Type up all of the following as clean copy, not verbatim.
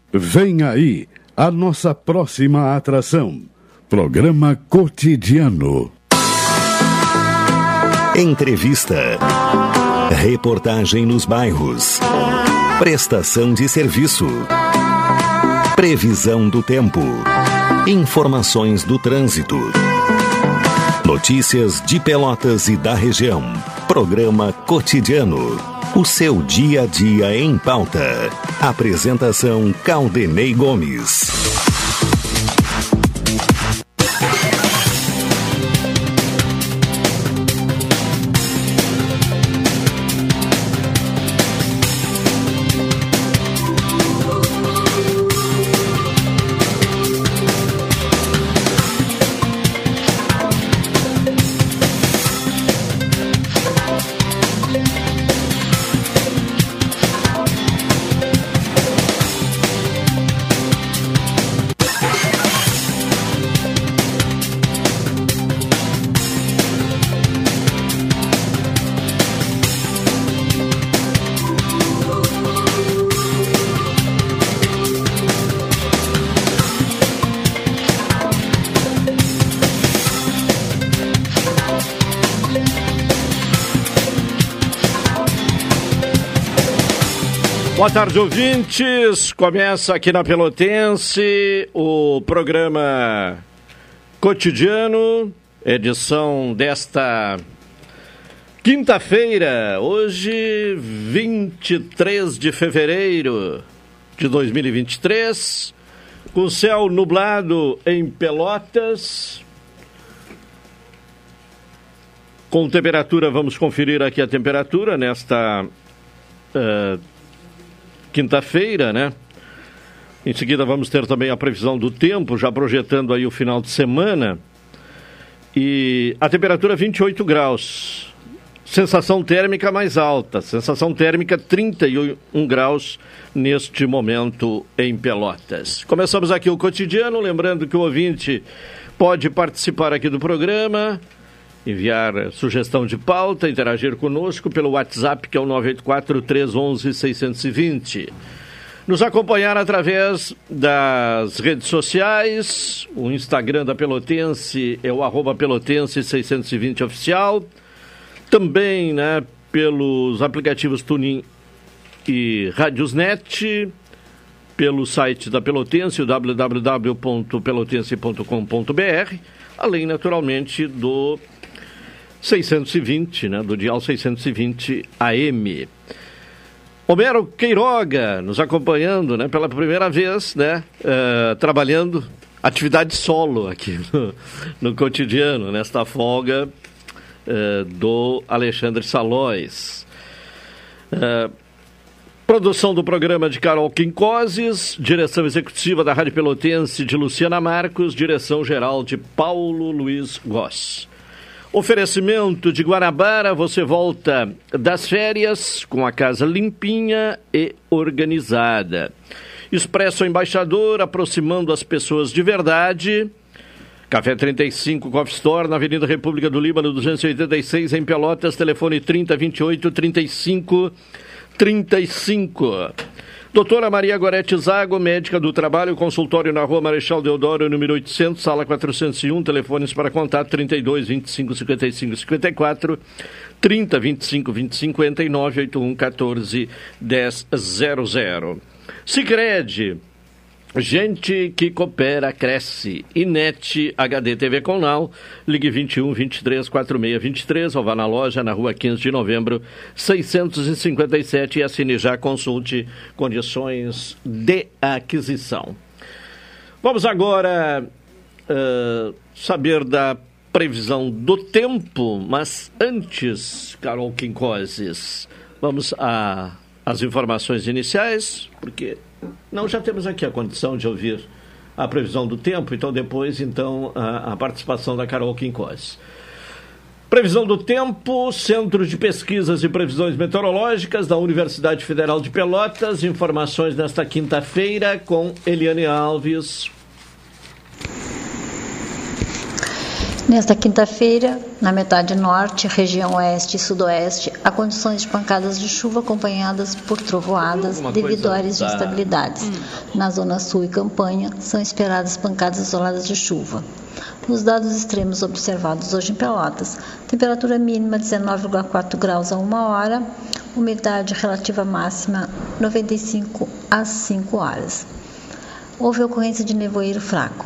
Vem aí a nossa próxima atração. Programa Cotidiano. Entrevista. Reportagem nos bairros. Prestação de serviço. Previsão do tempo. Informações do trânsito. Notícias de Pelotas e da região. Programa Cotidiano. O seu dia a dia em pauta. Apresentação Caldenei Gomes. Boa tarde, ouvintes. Começa aqui na Pelotense o programa Cotidiano, edição desta quinta-feira, hoje 23 de fevereiro de 2023, com céu nublado em Pelotas, com temperatura, vamos conferir aqui a temperatura nesta quinta-feira, né? Em seguida vamos ter também a previsão do tempo, já projetando aí o final de semana. E a temperatura 28 graus. Sensação térmica mais alta. Sensação térmica 31 graus neste momento em Pelotas. Começamos aqui o cotidiano, lembrando que o ouvinte pode participar aqui do programa, enviar sugestão de pauta, interagir conosco pelo WhatsApp, que é o 984-311-620. Nos acompanhar através das redes sociais, o Instagram da Pelotense é o @Pelotense620 oficial. Também, né, pelos aplicativos TuneIn e Radiosnet, pelo site da Pelotense, o www.pelotense.com.br, além, naturalmente, do 620, né, do dial 620 AM. Homero Queiroga nos acompanhando, né, pela primeira vez, né, trabalhando atividade solo aqui no cotidiano, nesta folga do Alexandre Salóis. Produção do programa de Carol Quincoses, direção executiva da Rádio Pelotense de Luciana Marcos, direção geral de Paulo Luiz Goss. Oferecimento de Guarabara, você volta das férias com a casa limpinha e organizada. Expresso Embaixador, aproximando as pessoas de verdade. Café 35 Coffee Store, na Avenida República do Líbano, 286, em Pelotas, telefone 3028-3535. Doutora Maria Gorete Zago, médica do trabalho, consultório na Rua Marechal Deodoro, número 800, sala 401, telefones para contato 32 25 55 54, 30 25 20 59, 81 14 1000. Sicredi, gente que coopera, cresce. Inet HD TV com Now, ligue 21 23 46 23, ou vá na loja na Rua 15 de Novembro 657 e assine já, consulte condições de aquisição. Vamos agora saber da previsão do tempo, mas antes, Carol Quincoses, vamos às informações iniciais, porque já temos aqui a condição de ouvir a previsão do tempo, então depois a participação da Carol Quincoses. Previsão do tempo, Centro de Pesquisas e Previsões Meteorológicas da Universidade Federal de Pelotas, informações nesta quinta-feira com Eliane Alves. Nesta quinta-feira, na metade norte, região oeste e sudoeste, há condições de pancadas de chuva acompanhadas por trovoadas devido a áreas de instabilidades. Na zona sul e campanha, são esperadas pancadas isoladas de chuva. Nos dados extremos observados hoje em Pelotas, temperatura mínima 19,4 graus a 1 hora, umidade relativa máxima 95 às 5 horas. Houve ocorrência de nevoeiro fraco.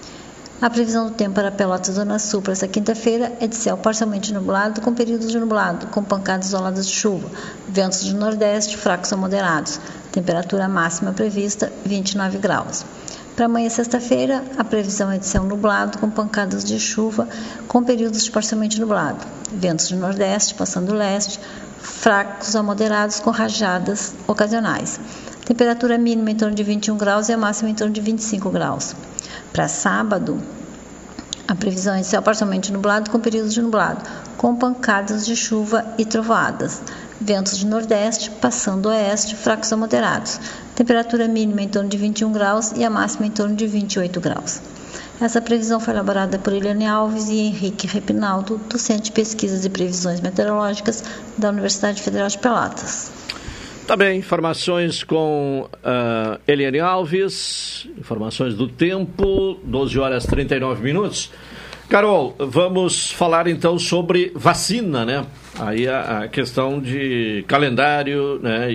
A previsão do tempo para Pelotas Zona Sul para esta quinta-feira é de céu parcialmente nublado, com períodos de nublado, com pancadas isoladas de chuva, ventos de nordeste fracos a moderados, temperatura máxima prevista 29 graus. Para amanhã, sexta-feira, a previsão é de céu nublado, com pancadas de chuva, com períodos de parcialmente nublado, ventos de nordeste passando leste, fracos a moderados com rajadas ocasionais. Temperatura mínima em torno de 21 graus e a máxima em torno de 25 graus. Para sábado, a previsão é de céu parcialmente nublado com períodos de nublado, com pancadas de chuva e trovoadas. Ventos de nordeste, passando oeste, fracos a moderados. Temperatura mínima em torno de 21 graus e a máxima em torno de 28 graus. Essa previsão foi elaborada por Eliane Alves e Henrique Repinaldo, do Centro de Pesquisas e Previsões Meteorológicas da Universidade Federal de Pelotas. Tá bem, informações com Eliane Alves, informações do tempo, 12 horas e 39 minutos. Carol, vamos falar então sobre vacina, né? Aí a questão de calendário, né?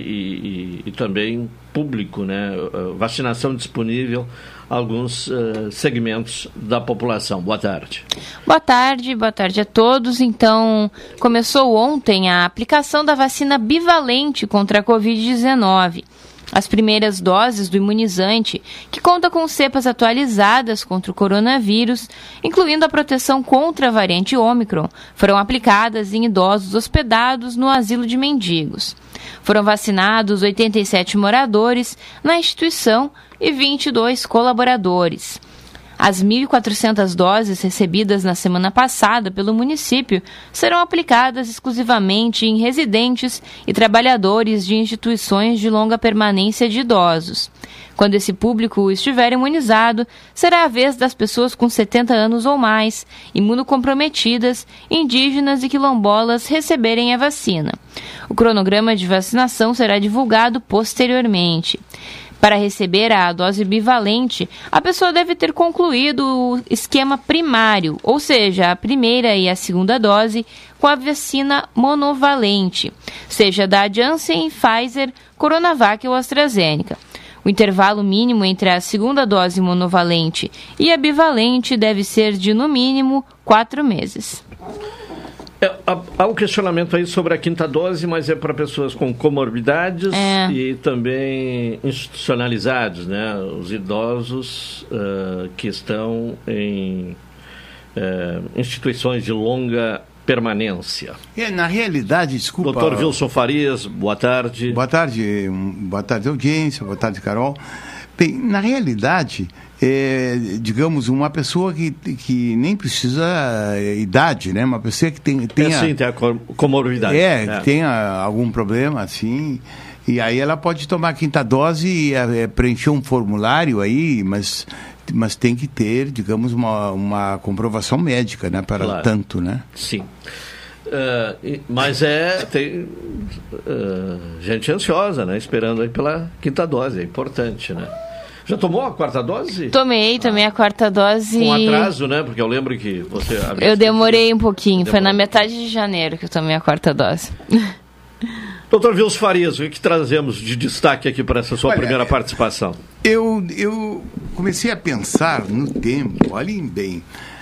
E também público, né? Vacinação disponível a alguns segmentos da população. Boa tarde. Boa tarde a todos. Então, começou ontem a aplicação da vacina bivalente contra a Covid-19. As primeiras doses do imunizante, que conta com cepas atualizadas contra o coronavírus, incluindo a proteção contra a variante Ômicron, foram aplicadas em idosos hospedados no asilo de mendigos. Foram vacinados 87 moradores na instituição e 22 colaboradores. As 1.400 doses recebidas na semana passada pelo município serão aplicadas exclusivamente em residentes e trabalhadores de instituições de longa permanência de idosos. Quando esse público estiver imunizado, será a vez das pessoas com 70 anos ou mais, imunocomprometidas, indígenas e quilombolas receberem a vacina. O cronograma de vacinação será divulgado posteriormente. Para receber a dose bivalente, a pessoa deve ter concluído o esquema primário, ou seja, a primeira e a segunda dose, com a vacina monovalente, seja da Janssen, Pfizer, Coronavac ou AstraZeneca. O intervalo mínimo entre a segunda dose monovalente e a bivalente deve ser de, no mínimo, 4 meses. Há um questionamento aí sobre a quinta dose, mas é para pessoas com comorbidades e também institucionalizados, né? Os idosos que estão em instituições de longa permanência. Na realidade, desculpa... Dr. Wilson Farias, boa tarde. Boa tarde, audiência, boa tarde, Carol. Bem, na realidade... digamos, uma pessoa que nem precisa idade, né? Uma pessoa que tem a comorbidade. Que tenha algum problema, assim, e aí ela pode tomar a quinta dose e preencher um formulário aí, mas tem que ter, digamos, uma comprovação médica, né? Para claro. Tanto, né? Sim. Mas tem gente ansiosa, né? Esperando aí pela quinta dose, é importante, né? Já tomou a quarta dose? Tomei a quarta dose. Com atraso, né? Porque eu lembro que você... Eu demorei um pouquinho, foi na metade de janeiro que eu tomei a quarta dose. Dr. Wilson Farias, o que trazemos de destaque aqui para essa sua primeira participação? Eu comecei a pensar no tempo, olhem bem,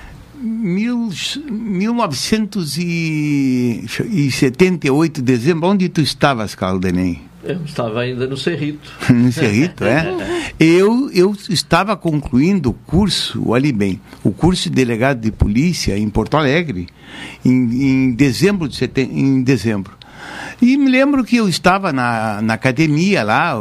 1978, dezembro, onde tu estavas, Caldenei? Eu estava ainda no Cerrito. No Cerrito, Eu estava concluindo o curso, olhe bem, o curso de delegado de polícia em Porto Alegre, em dezembro. E me lembro que eu estava na academia lá,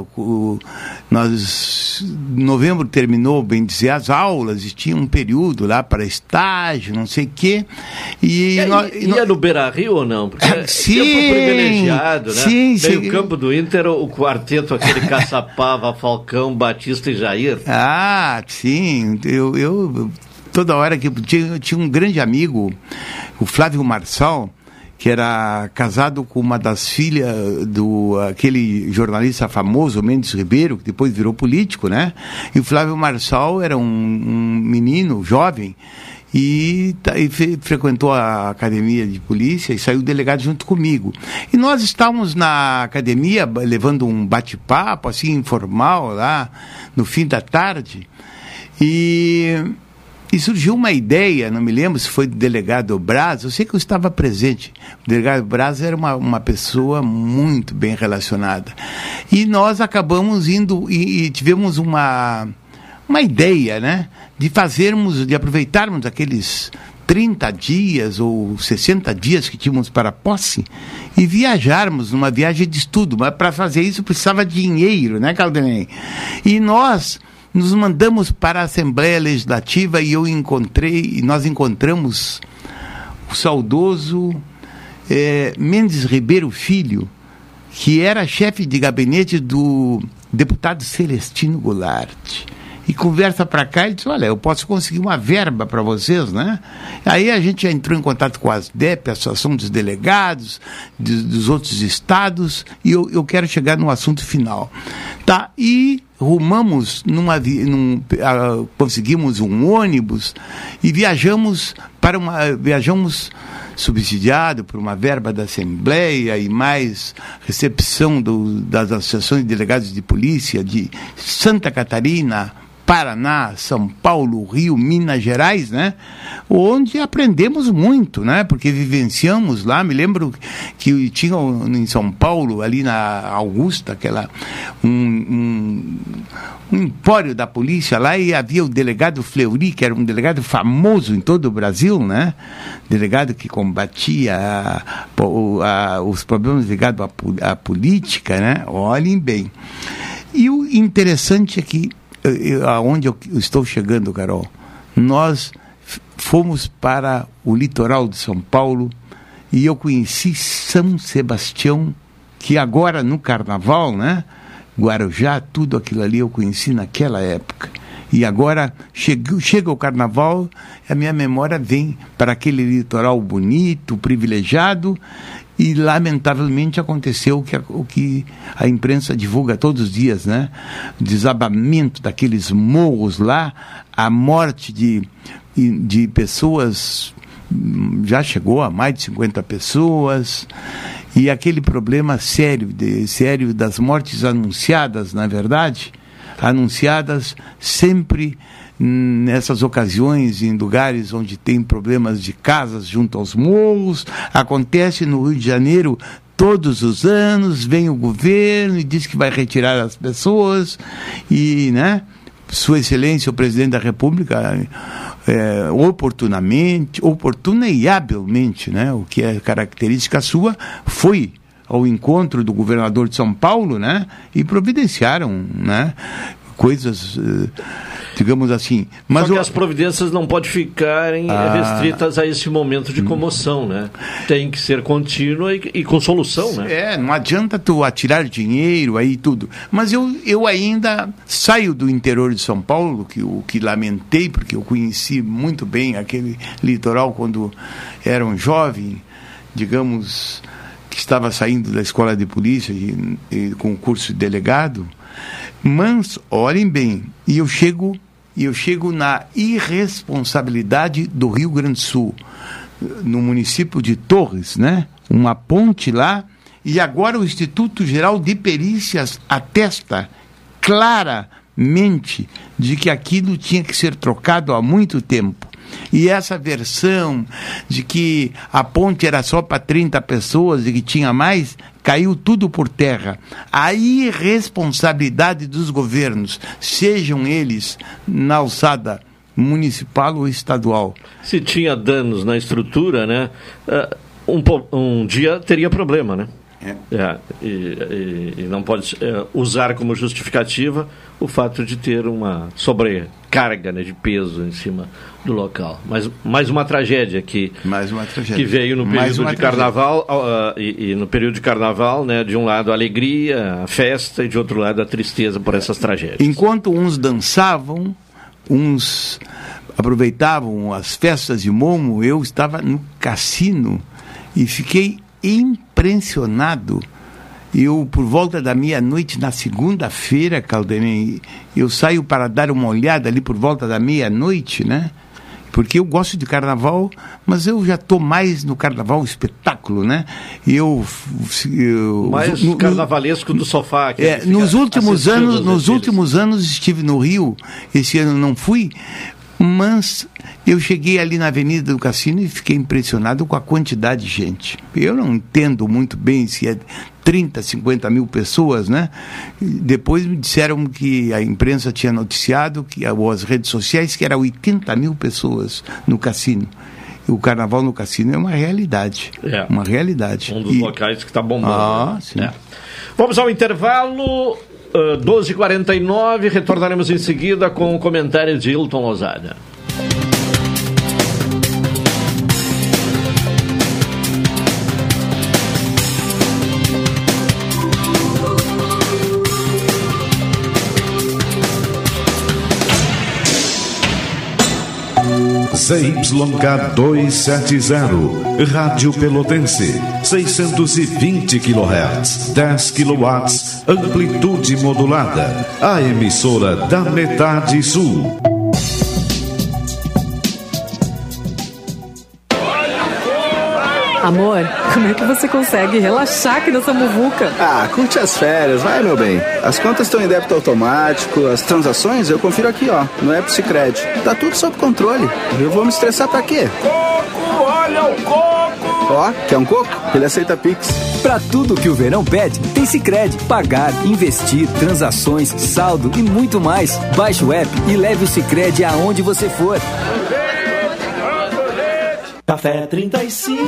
novembro terminou, bem dizer, as aulas, e tinha um período lá para estágio, não sei o quê. Ia no Beira-Rio ou não? Porque sim, tempo privilegiado, né? Sim, meio campo do Inter, o quarteto, aquele Caçapava, Falcão, Batista e Jair. Sim, eu toda hora que tinha um grande amigo, o Flávio Marçal, que era casado com uma das filhas do aquele jornalista famoso, Mendes Ribeiro, que depois virou político, né? E o Flávio Marçal era um menino jovem e frequentou a academia de polícia e saiu delegado junto comigo. E nós estávamos na academia levando um bate-papo assim informal lá no fim da tarde e surgiu uma ideia, não me lembro se foi do delegado Braz, eu sei que eu estava presente. O delegado Braz era uma pessoa muito bem relacionada. E nós acabamos indo e tivemos uma ideia, né? De aproveitarmos aqueles 30 dias ou 60 dias que tínhamos para a posse e viajarmos numa viagem de estudo. Mas para fazer isso precisava de dinheiro, né, Caldenei? E nós nos mandamos para a Assembleia Legislativa e nós encontramos o saudoso Mendes Ribeiro Filho, que era chefe de gabinete do deputado Celestino Goulart. E conversa para cá e diz, olha, eu posso conseguir uma verba para vocês, né? Aí a gente já entrou em contato com a ASDEP, a Associação dos Delegados, dos outros estados, e eu quero chegar no assunto final. Tá, e rumamos conseguimos um ônibus e viajamos subsidiado por uma verba da Assembleia e mais recepção das associações de delegados de polícia de Santa Catarina, Paraná, São Paulo, Rio, Minas Gerais, né? Onde aprendemos muito, né? Porque vivenciamos lá, me lembro que tinha em São Paulo, ali na Augusta, um empório da polícia lá, e havia o delegado Fleury, que era um delegado famoso em todo o Brasil, né? Delegado que combatia os problemas ligados à política, né? Olhem bem. E o interessante é que aonde eu estou chegando, Carol, nós fomos para o litoral de São Paulo e eu conheci São Sebastião, que agora no carnaval, né, Guarujá, tudo aquilo ali eu conheci naquela época. E agora chega o carnaval, a minha memória vem para aquele litoral bonito, privilegiado, e lamentavelmente aconteceu o que a imprensa divulga todos os dias, né? O desabamento daqueles morros lá, a morte de pessoas, já chegou a mais de 50 pessoas, e aquele problema sério das mortes anunciadas, na verdade, anunciadas sempre nessas ocasiões, em lugares onde tem problemas de casas junto aos morros. Acontece no Rio de Janeiro todos os anos, vem o governo e diz que vai retirar as pessoas e, né, Sua Excelência, o Presidente da República, oportuna e habilmente, né, o que é característica sua, foi ao encontro do governador de São Paulo, né, e providenciaram, né, coisas, digamos assim. Mas só que as providências não podem ficarem restritas a esse momento de comoção, né? Tem que ser contínua e com solução, né? Não adianta tu atirar dinheiro aí tudo. Mas eu ainda saio do interior de São Paulo, o que lamentei, porque eu conheci muito bem aquele litoral quando era um jovem, digamos, que estava saindo da escola de polícia e com o curso de delegado. Mas, olhem bem, e eu chego na irresponsabilidade do Rio Grande do Sul, no município de Torres, né? Uma ponte lá, e agora o Instituto Geral de Perícias atesta claramente de que aquilo tinha que ser trocado há muito tempo. E essa versão de que a ponte era só para 30 pessoas e que tinha mais, caiu tudo por terra. A irresponsabilidade dos governos, sejam eles na alçada municipal ou estadual. Se tinha danos na estrutura, né, um dia teria problema, né? E não pode usar como justificativa o fato de ter uma sobrecarga, né, de peso em cima do local. Mas mais uma tragédia que veio no período de carnaval, e no período de carnaval, né, de um lado a alegria, a festa, e de outro lado a tristeza por essas tragédias. Enquanto uns dançavam, uns aproveitavam as festas de Momo, eu estava no cassino e fiquei impressionado. Eu, por volta da meia-noite, na segunda-feira, Caldenei, eu saio para dar uma olhada ali por volta da meia-noite, né? Porque eu gosto de carnaval, mas eu já estou mais no carnaval espetáculo, né? Mais carnavalesco do sofá. Nos últimos anos estive no Rio, esse ano não fui, mas eu cheguei ali na Avenida do Cassino e fiquei impressionado com a quantidade de gente. Eu não entendo muito bem se é 30, 50 mil pessoas, né? Depois me disseram que a imprensa tinha noticiado, ou as redes sociais, que era 80 mil pessoas no cassino. O carnaval no cassino é uma realidade. Uma realidade. Um dos locais que está bombando. Sim. Vamos ao intervalo, 12h49, retornaremos em seguida com o comentário de Hilton Lozada. ZYK 270, Rádio Pelotense, 620 kHz, 10 kW, amplitude modulada, a emissora da metade sul. Amor, como é que você consegue relaxar aqui nessa muvuca? Curte as férias, vai, meu bem. As contas estão em débito automático, as transações eu confiro aqui, no app Sicredi. Tá tudo sob controle. Eu vou me estressar pra quê? Coco, olha o coco! Quer um coco? Ele aceita Pix. Pra tudo que o verão pede, tem Sicredi. Pagar, investir, transações, saldo e muito mais. Baixe o app e leve o Sicredi aonde você for. Café 35,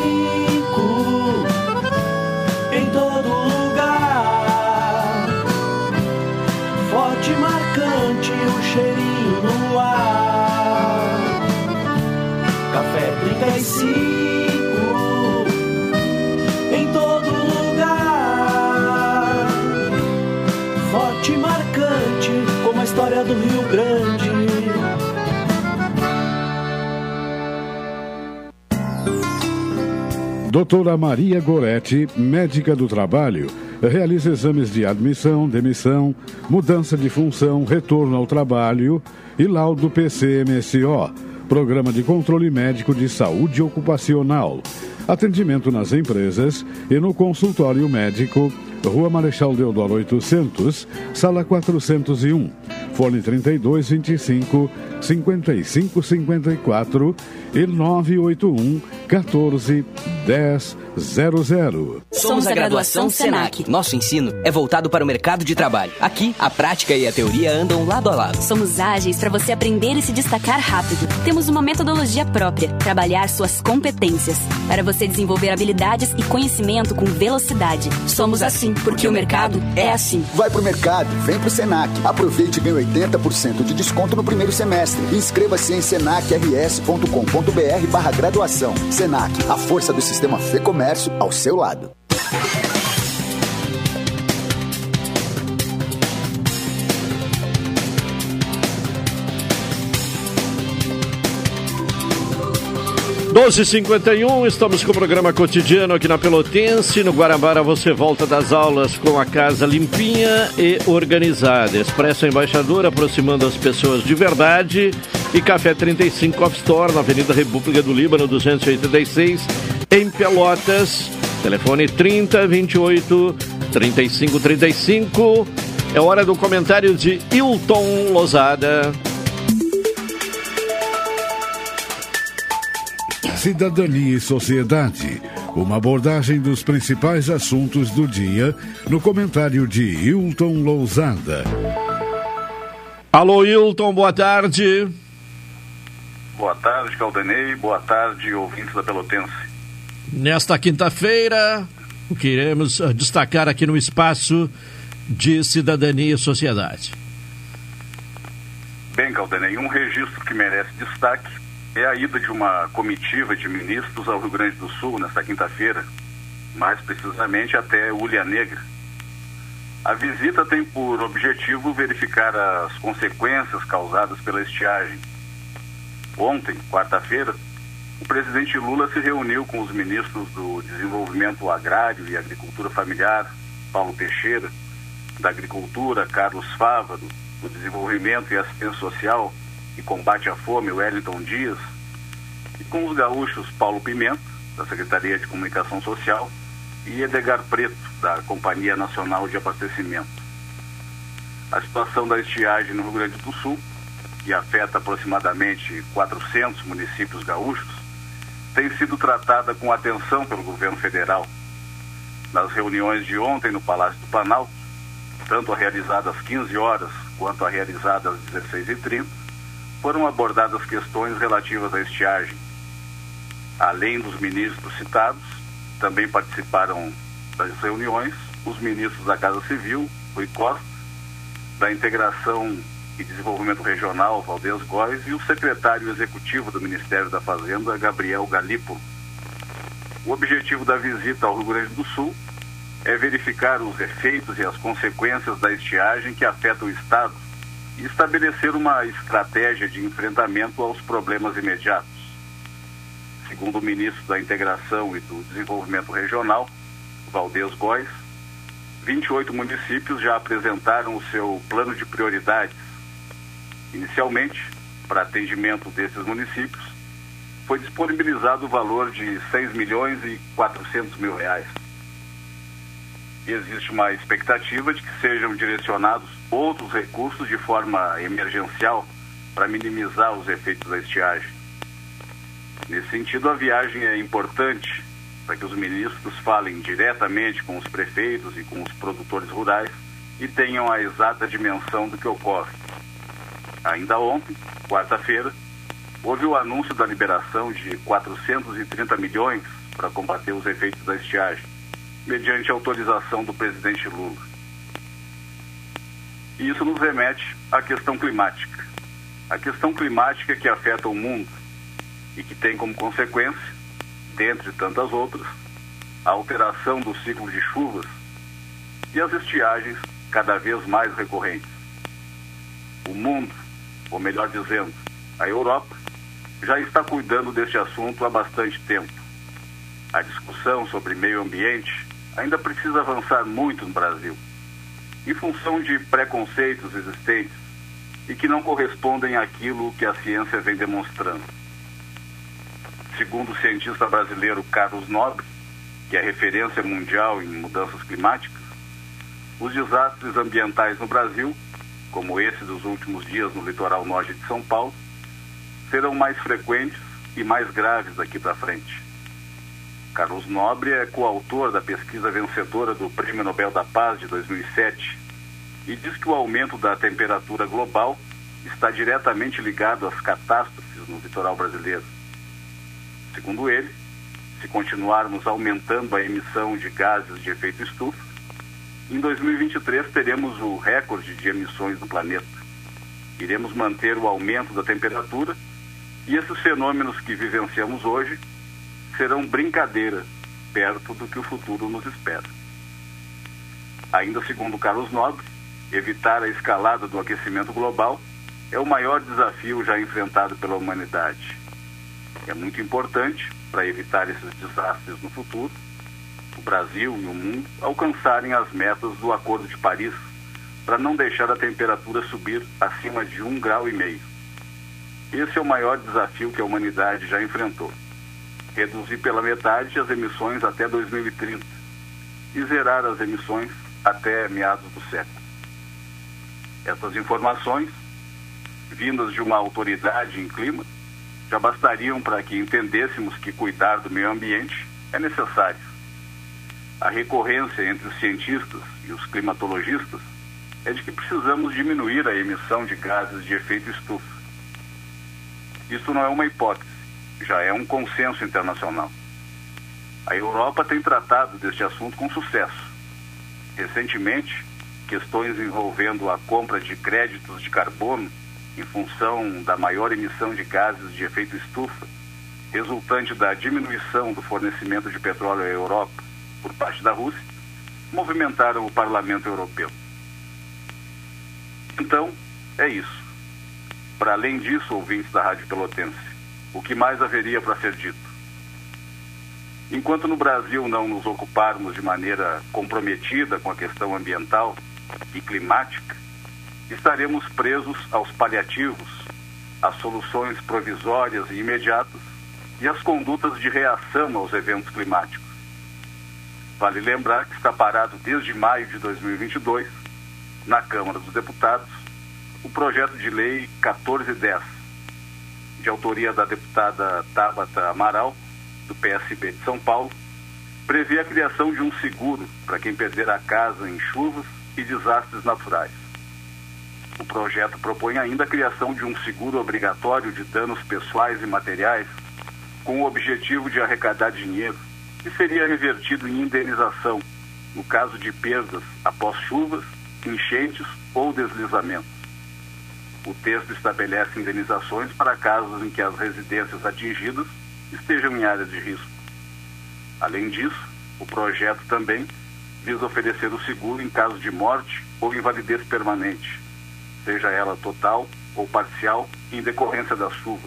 em todo lugar, forte e marcante o cheirinho no ar. Café 35, em todo lugar, forte e marcante como a história do Rio Grande. Doutora Maria Goretti, médica do trabalho, realiza exames de admissão, demissão, mudança de função, retorno ao trabalho e laudo PCMSO, Programa de Controle Médico de Saúde Ocupacional. Atendimento nas empresas e no consultório médico, Rua Marechal Deodoro 800, Sala 401, fone 3225 5554 e 981 14 1000. Somos a graduação Senac. Nosso ensino é voltado para o mercado de trabalho. Aqui, a prática e a teoria andam lado a lado. Somos ágeis para você aprender e se destacar rápido. Temos uma metodologia própria, trabalhar suas competências, para você desenvolver habilidades e conhecimento com velocidade. Somos assim, porque o mercado é assim. Vai pro mercado, vem pro Senac. Aproveite e ganhe 80% de desconto no primeiro semestre. Inscreva-se em senacrs.com.br/graduação. Senac, a força do sistema Fê Comércio ao seu lado. (12h51), estamos com o programa cotidiano aqui na Pelotense. No Guarabara você volta das aulas com a casa limpinha e organizada. Expresso Embaixador, aproximando as pessoas de verdade. E Café 35 Off Store, na Avenida República do Líbano, 286, em Pelotas. Telefone 3028 3535. É hora do comentário de Hilton Lozada. Cidadania e Sociedade, uma abordagem dos principais assuntos do dia, no comentário de Hilton Lousada. Alô, Hilton, boa tarde. Boa tarde, Caldenei. Boa tarde, ouvintes da Pelotense. Nesta quinta-feira, o que iremos destacar aqui no espaço de Cidadania e Sociedade. Bem, Caldenei, um registro que merece destaque é a ida de uma comitiva de ministros ao Rio Grande do Sul nesta quinta-feira, mais precisamente até Ulha Negra. A visita tem por objetivo verificar as consequências causadas pela estiagem. Ontem, quarta-feira, o presidente Lula se reuniu com os ministros do Desenvolvimento Agrário e Agricultura Familiar, Paulo Teixeira, da Agricultura, Carlos Fávaro, do Desenvolvimento e Assistência Social e Combate à Fome, Wellington Dias, e com os gaúchos Paulo Pimenta, da Secretaria de Comunicação Social, e Edgar Preto, da Companhia Nacional de Abastecimento. A situação da estiagem no Rio Grande do Sul, que afeta aproximadamente 400 municípios gaúchos, tem sido tratada com atenção pelo governo federal. Nas reuniões de ontem no Palácio do Planalto, tanto a realizada às 15 horas quanto a realizada às 16h30, foram abordadas questões relativas à estiagem. Além dos ministros citados, também participaram das reuniões os ministros da Casa Civil, Rui Costa, da Integração e Desenvolvimento Regional, Valdez Góes, e o secretário executivo do Ministério da Fazenda, Gabriel Galípolo. O objetivo da visita ao Rio Grande do Sul é verificar os efeitos e as consequências da estiagem que afeta o Estado e estabelecer uma estratégia de enfrentamento aos problemas imediatos. Segundo o ministro da Integração e do Desenvolvimento Regional, Valdez Góes, 28 municípios já apresentaram o seu plano de prioridades. Inicialmente, para atendimento desses municípios, foi disponibilizado o valor de R$6.400.000. E existe uma expectativa de que sejam direcionados outros recursos de forma emergencial para minimizar os efeitos da estiagem. Nesse sentido, a viagem é importante para que os ministros falem diretamente com os prefeitos e com os produtores rurais e tenham a exata dimensão do que ocorre. Ainda ontem, quarta-feira, houve o anúncio da liberação de 430 milhões para combater os efeitos da estiagem, mediante autorização do presidente Lula. E isso nos remete à questão climática. A questão climática que afeta o mundo e que tem como consequência, dentre tantas outras, a alteração do ciclo de chuvas e as estiagens cada vez mais recorrentes. O mundo, ou melhor dizendo, a Europa, já está cuidando deste assunto há bastante tempo. A discussão sobre meio ambiente ainda precisa avançar muito no Brasil, em função de preconceitos existentes e que não correspondem àquilo que a ciência vem demonstrando. Segundo o cientista brasileiro Carlos Nobre, que é referência mundial em mudanças climáticas, os desastres ambientais no Brasil, como esse dos últimos dias no litoral norte de São Paulo, serão mais frequentes e mais graves daqui para frente. Carlos Nobre é coautor da pesquisa vencedora do Prêmio Nobel da Paz de 2007 e diz que o aumento da temperatura global está diretamente ligado às catástrofes no litoral brasileiro. Segundo ele, se continuarmos aumentando a emissão de gases de efeito estufa, em 2023 teremos o recorde de emissões do planeta. Iremos manter o aumento da temperatura e esses fenômenos que vivenciamos hoje serão brincadeira perto do que o futuro nos espera. Ainda segundo Carlos Nobre, evitar a escalada do aquecimento global é o maior desafio já enfrentado pela humanidade. É muito importante, para evitar esses desastres no futuro, o Brasil e o mundo alcançarem as metas do Acordo de Paris, para não deixar a temperatura subir acima de 1,5 graus. Esse é o maior desafio que a humanidade já enfrentou. Reduzir pela metade as emissões até 2030 e zerar as emissões até meados do século. Essas informações, vindas de uma autoridade em clima, já bastariam para que entendêssemos que cuidar do meio ambiente é necessário. A recorrência entre os cientistas e os climatologistas é de que precisamos diminuir a emissão de gases de efeito estufa. Isso não é uma hipótese, já é um consenso internacional. A Europa tem tratado deste assunto com sucesso. Recentemente, questões envolvendo a compra de créditos de carbono em função da maior emissão de gases de efeito estufa, resultante da diminuição do fornecimento de petróleo à Europa por parte da Rússia, movimentaram o Parlamento Europeu. Então, é isso. Para além disso, ouvintes da Rádio Pelotense, o que mais haveria para ser dito? Enquanto no Brasil não nos ocuparmos de maneira comprometida com a questão ambiental e climática, estaremos presos aos paliativos, às soluções provisórias e imediatas e às condutas de reação aos eventos climáticos. Vale lembrar que está parado desde maio de 2022, na Câmara dos Deputados, o projeto de lei 1410, de autoria da deputada Tabata Amaral, do PSB de São Paulo, prevê a criação de um seguro para quem perder a casa em chuvas e desastres naturais. O projeto propõe ainda a criação de um seguro obrigatório de danos pessoais e materiais com o objetivo de arrecadar dinheiro que seria revertido em indenização no caso de perdas após chuvas, enchentes ou deslizamentos. O texto estabelece indenizações para casos em que as residências atingidas estejam em áreas de risco. Além disso, o projeto também visa oferecer o seguro em caso de morte ou invalidez permanente, seja ela total ou parcial, em decorrência das chuvas.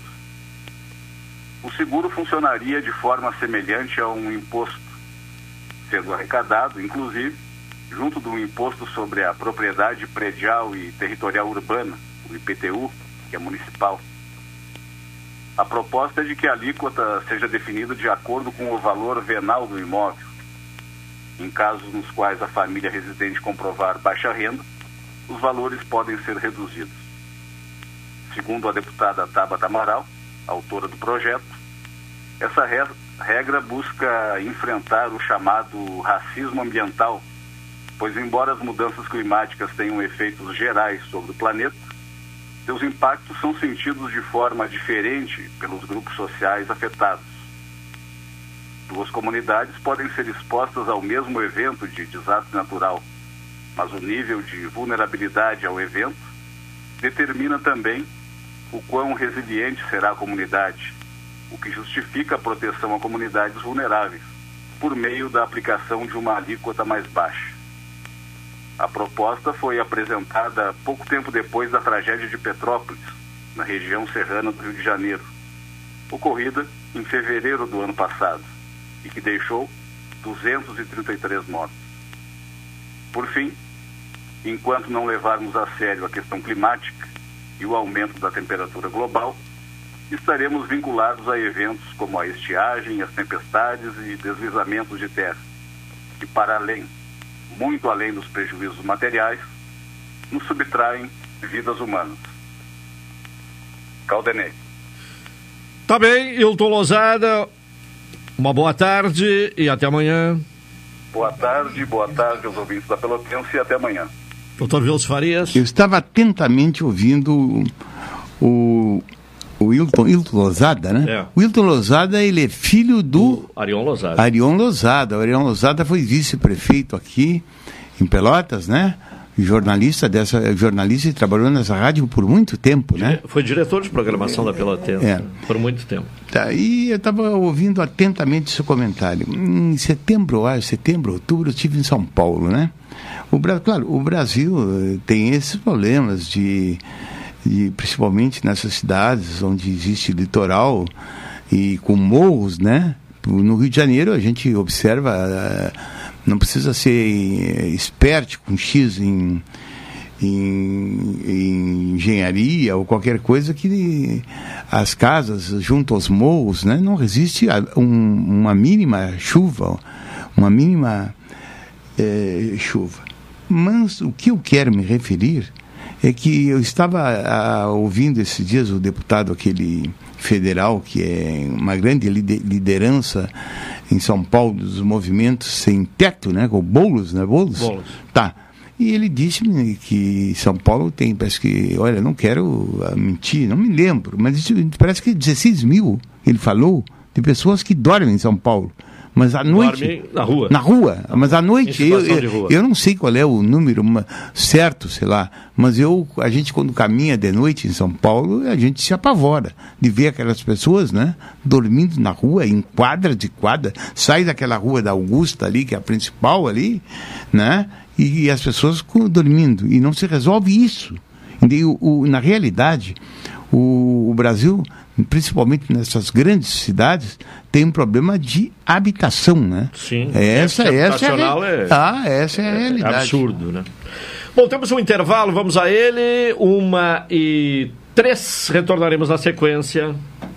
O seguro funcionaria de forma semelhante a um imposto, sendo arrecadado, inclusive, junto do Imposto sobre a Propriedade Predial e Territorial Urbana, o IPTU, que é municipal. A proposta é de que a alíquota seja definida de acordo com o valor venal do imóvel. Em casos nos quais a família residente comprovar baixa renda, os valores podem ser reduzidos. Segundo a deputada Tabata Amaral, autora do projeto, essa regra busca enfrentar o chamado racismo ambiental, pois embora as mudanças climáticas tenham efeitos gerais sobre o planeta, seus impactos são sentidos de forma diferente pelos grupos sociais afetados. Duas comunidades podem ser expostas ao mesmo evento de desastre natural, mas o nível de vulnerabilidade ao evento determina também o quão resiliente será a comunidade, o que justifica a proteção a comunidades vulneráveis, por meio da aplicação de uma alíquota mais baixa. A proposta foi apresentada pouco tempo depois da tragédia de Petrópolis, na região serrana do Rio de Janeiro, ocorrida em fevereiro do ano passado, e que deixou 233 mortos. Por fim, enquanto não levarmos a sério a questão climática e o aumento da temperatura global, estaremos vinculados a eventos como a estiagem, as tempestades e deslizamentos de terra, que para além, muito além dos prejuízos materiais, nos subtraem vidas humanas. Caldenei. Tá bem, Hilton Lozada, uma boa tarde e até amanhã. Boa tarde aos ouvintes da Pelotense e até amanhã. Doutor Wilson Farias. Eu estava atentamente ouvindo o Hilton Lozada, né? É. O Hilton Lozada, ele é filho do Arion Lozada. Arion Lozada. O Arion Lozada foi vice-prefeito aqui em Pelotas, né? Jornalista e trabalhou nessa rádio por muito tempo, né? Foi diretor de programação da Pelotense por muito tempo. Tá, e eu estava ouvindo atentamente seu comentário. Em setembro, outubro, eu estive em São Paulo, né? Claro, o Brasil tem esses problemas principalmente nessas cidades onde existe litoral e com morros, né? No Rio de Janeiro a gente observa, não precisa ser expert com X em engenharia ou qualquer coisa, que as casas junto aos morros, né? Não resiste uma mínima chuva, chuva. Mas o que eu quero me referir é que eu estava ouvindo esses dias o deputado aquele federal, que é uma grande liderança em São Paulo dos movimentos sem teto, né? Com Boulos, né? Boulos. Tá. E ele disse-me que São Paulo tem, parece que, olha, não quero mentir, não me lembro, mas parece que 16 mil, ele falou, de pessoas que dormem em São Paulo. Mas à noite... Dorme na rua. Na rua. Mas à noite, eu não sei qual é o número certo, sei lá, mas a gente quando caminha de noite em São Paulo, a gente se apavora de ver aquelas pessoas, né, dormindo na rua, em quadra de quadra, sai daquela rua da Augusta ali, que é a principal ali, né, e as pessoas dormindo, e não se resolve isso. Na realidade, O Brasil, principalmente nessas grandes cidades, tem um problema de habitação, né? Sim. Essa é a realidade. Absurdo, né? Bom, temos um intervalo, vamos a ele. 1h03, retornaremos na sequência.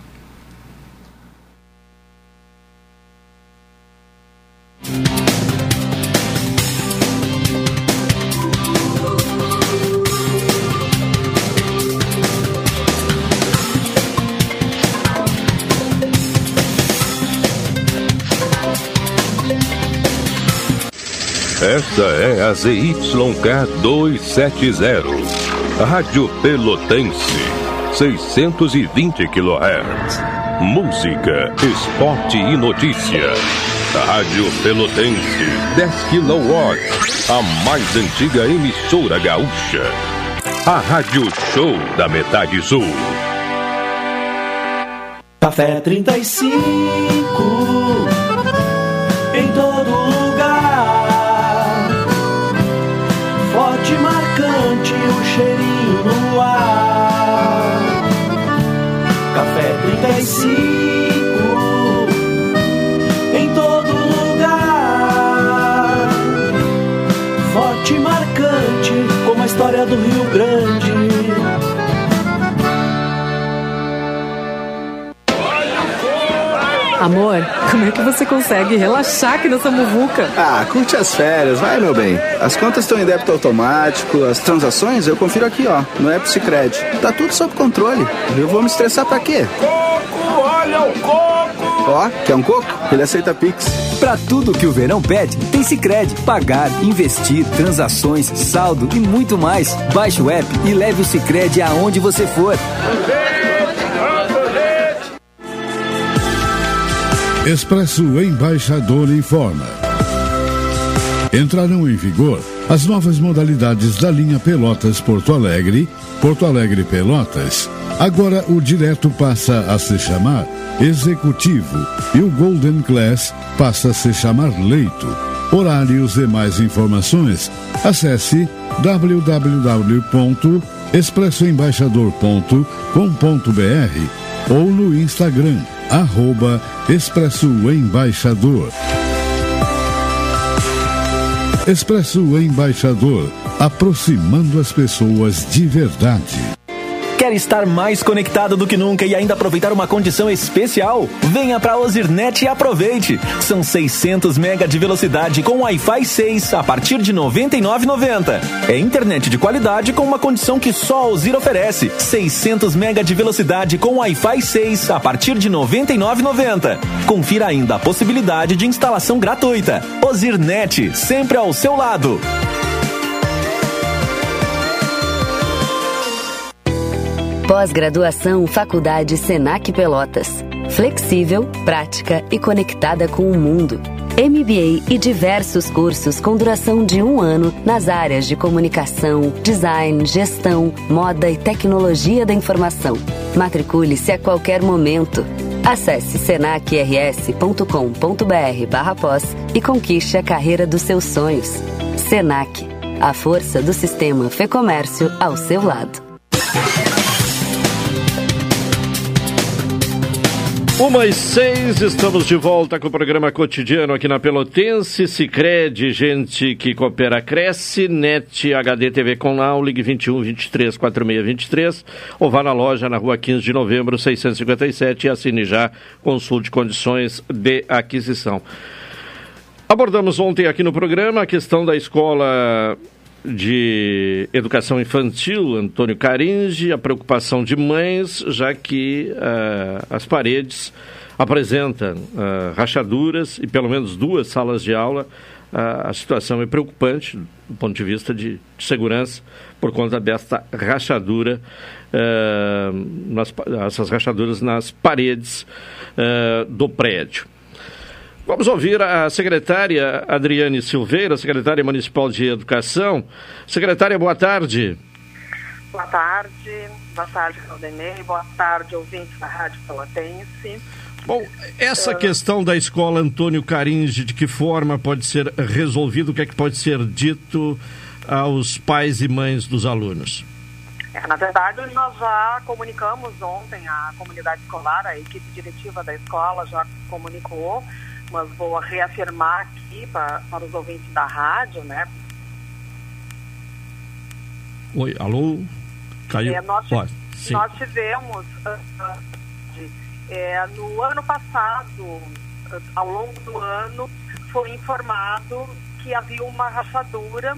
Esta é a ZYK 270, Rádio Pelotense, 620 kHz. Música, esporte e notícia. Rádio Pelotense, 10 kW, a mais antiga emissora gaúcha. A Rádio Show da Metade Sul. Café 35, em todo lugar. Forte e marcante, o cheirinho no ar. Café 35, em todo lugar. Forte e marcante, como a história do Rio Grande. Amor, como é que você consegue relaxar aqui nessa muvuca? Ah, curte as férias, vai, meu bem. As contas estão em débito automático, as transações eu confiro aqui, ó, no app Sicredi. Tá tudo sob controle. Eu vou me estressar pra quê? Coco, olha o coco! Ó, quer um coco? Ele aceita Pix. Pra tudo que o verão pede, tem Sicredi. Pagar, investir, transações, saldo e muito mais. Baixe o app e leve o Sicredi aonde você for. Expresso Embaixador informa. Entrarão em vigor as novas modalidades da linha Pelotas-Porto Alegre, Porto Alegre-Pelotas. Agora o direto passa a se chamar Executivo e o Golden Class passa a se chamar Leito. Horários e mais informações, acesse www.expressoembaixador.com.br ou no Instagram @Expresso Embaixador. Expresso Embaixador, aproximando as pessoas de verdade. Quer estar mais conectado do que nunca e ainda aproveitar uma condição especial? Venha para a Ozirnet e aproveite! São 600 MB de velocidade com Wi-Fi 6 a partir de R$ 99,90. É internet de qualidade com uma condição que só a Ozir oferece. 600 MB de velocidade com Wi-Fi 6 a partir de R$ 99,90. Confira ainda a possibilidade de instalação gratuita. Ozirnet, sempre ao seu lado. Pós-graduação Faculdade Senac Pelotas. Flexível, prática e conectada com o mundo. MBA e diversos cursos com duração de 1 ano nas áreas de comunicação, design, gestão, moda e tecnologia da informação. Matricule-se a qualquer momento. Acesse senacrs.com.br/pós e conquiste a carreira dos seus sonhos. Senac, a força do sistema Fê-Comércio ao seu lado. 1h06, estamos de volta com o programa cotidiano aqui na Pelotense. Sicredi, gente que coopera, cresce. NET HD TV com Now, ligue 21 23 46 23 ou vá na loja na rua 15 de novembro 657 e assine já, consulte condições de aquisição. Abordamos ontem aqui no programa a questão da escola de educação infantil Antônio Caringi, a preocupação de mães, já que as paredes apresentam rachaduras e pelo menos 2 salas de aula. A situação é preocupante do ponto de vista de segurança por conta desta rachadura, essas rachaduras nas paredes do prédio. Vamos ouvir a secretária Adriane Silveira, secretária municipal de Educação. Secretária, boa tarde. Boa tarde, Caldenei, boa tarde, ouvintes da Rádio Pelotense. Bom, essa questão da escola Antônio Caringi, de que forma pode ser resolvida, o que é que pode ser dito aos pais e mães dos alunos? Na verdade, nós já comunicamos ontem à comunidade escolar, a equipe diretiva da escola já comunicou, mas vou reafirmar aqui para os ouvintes da rádio, né? Oi, alô? Caiu? Nós tivemos, no ano passado, ao longo do ano, foi informado que havia uma rachadura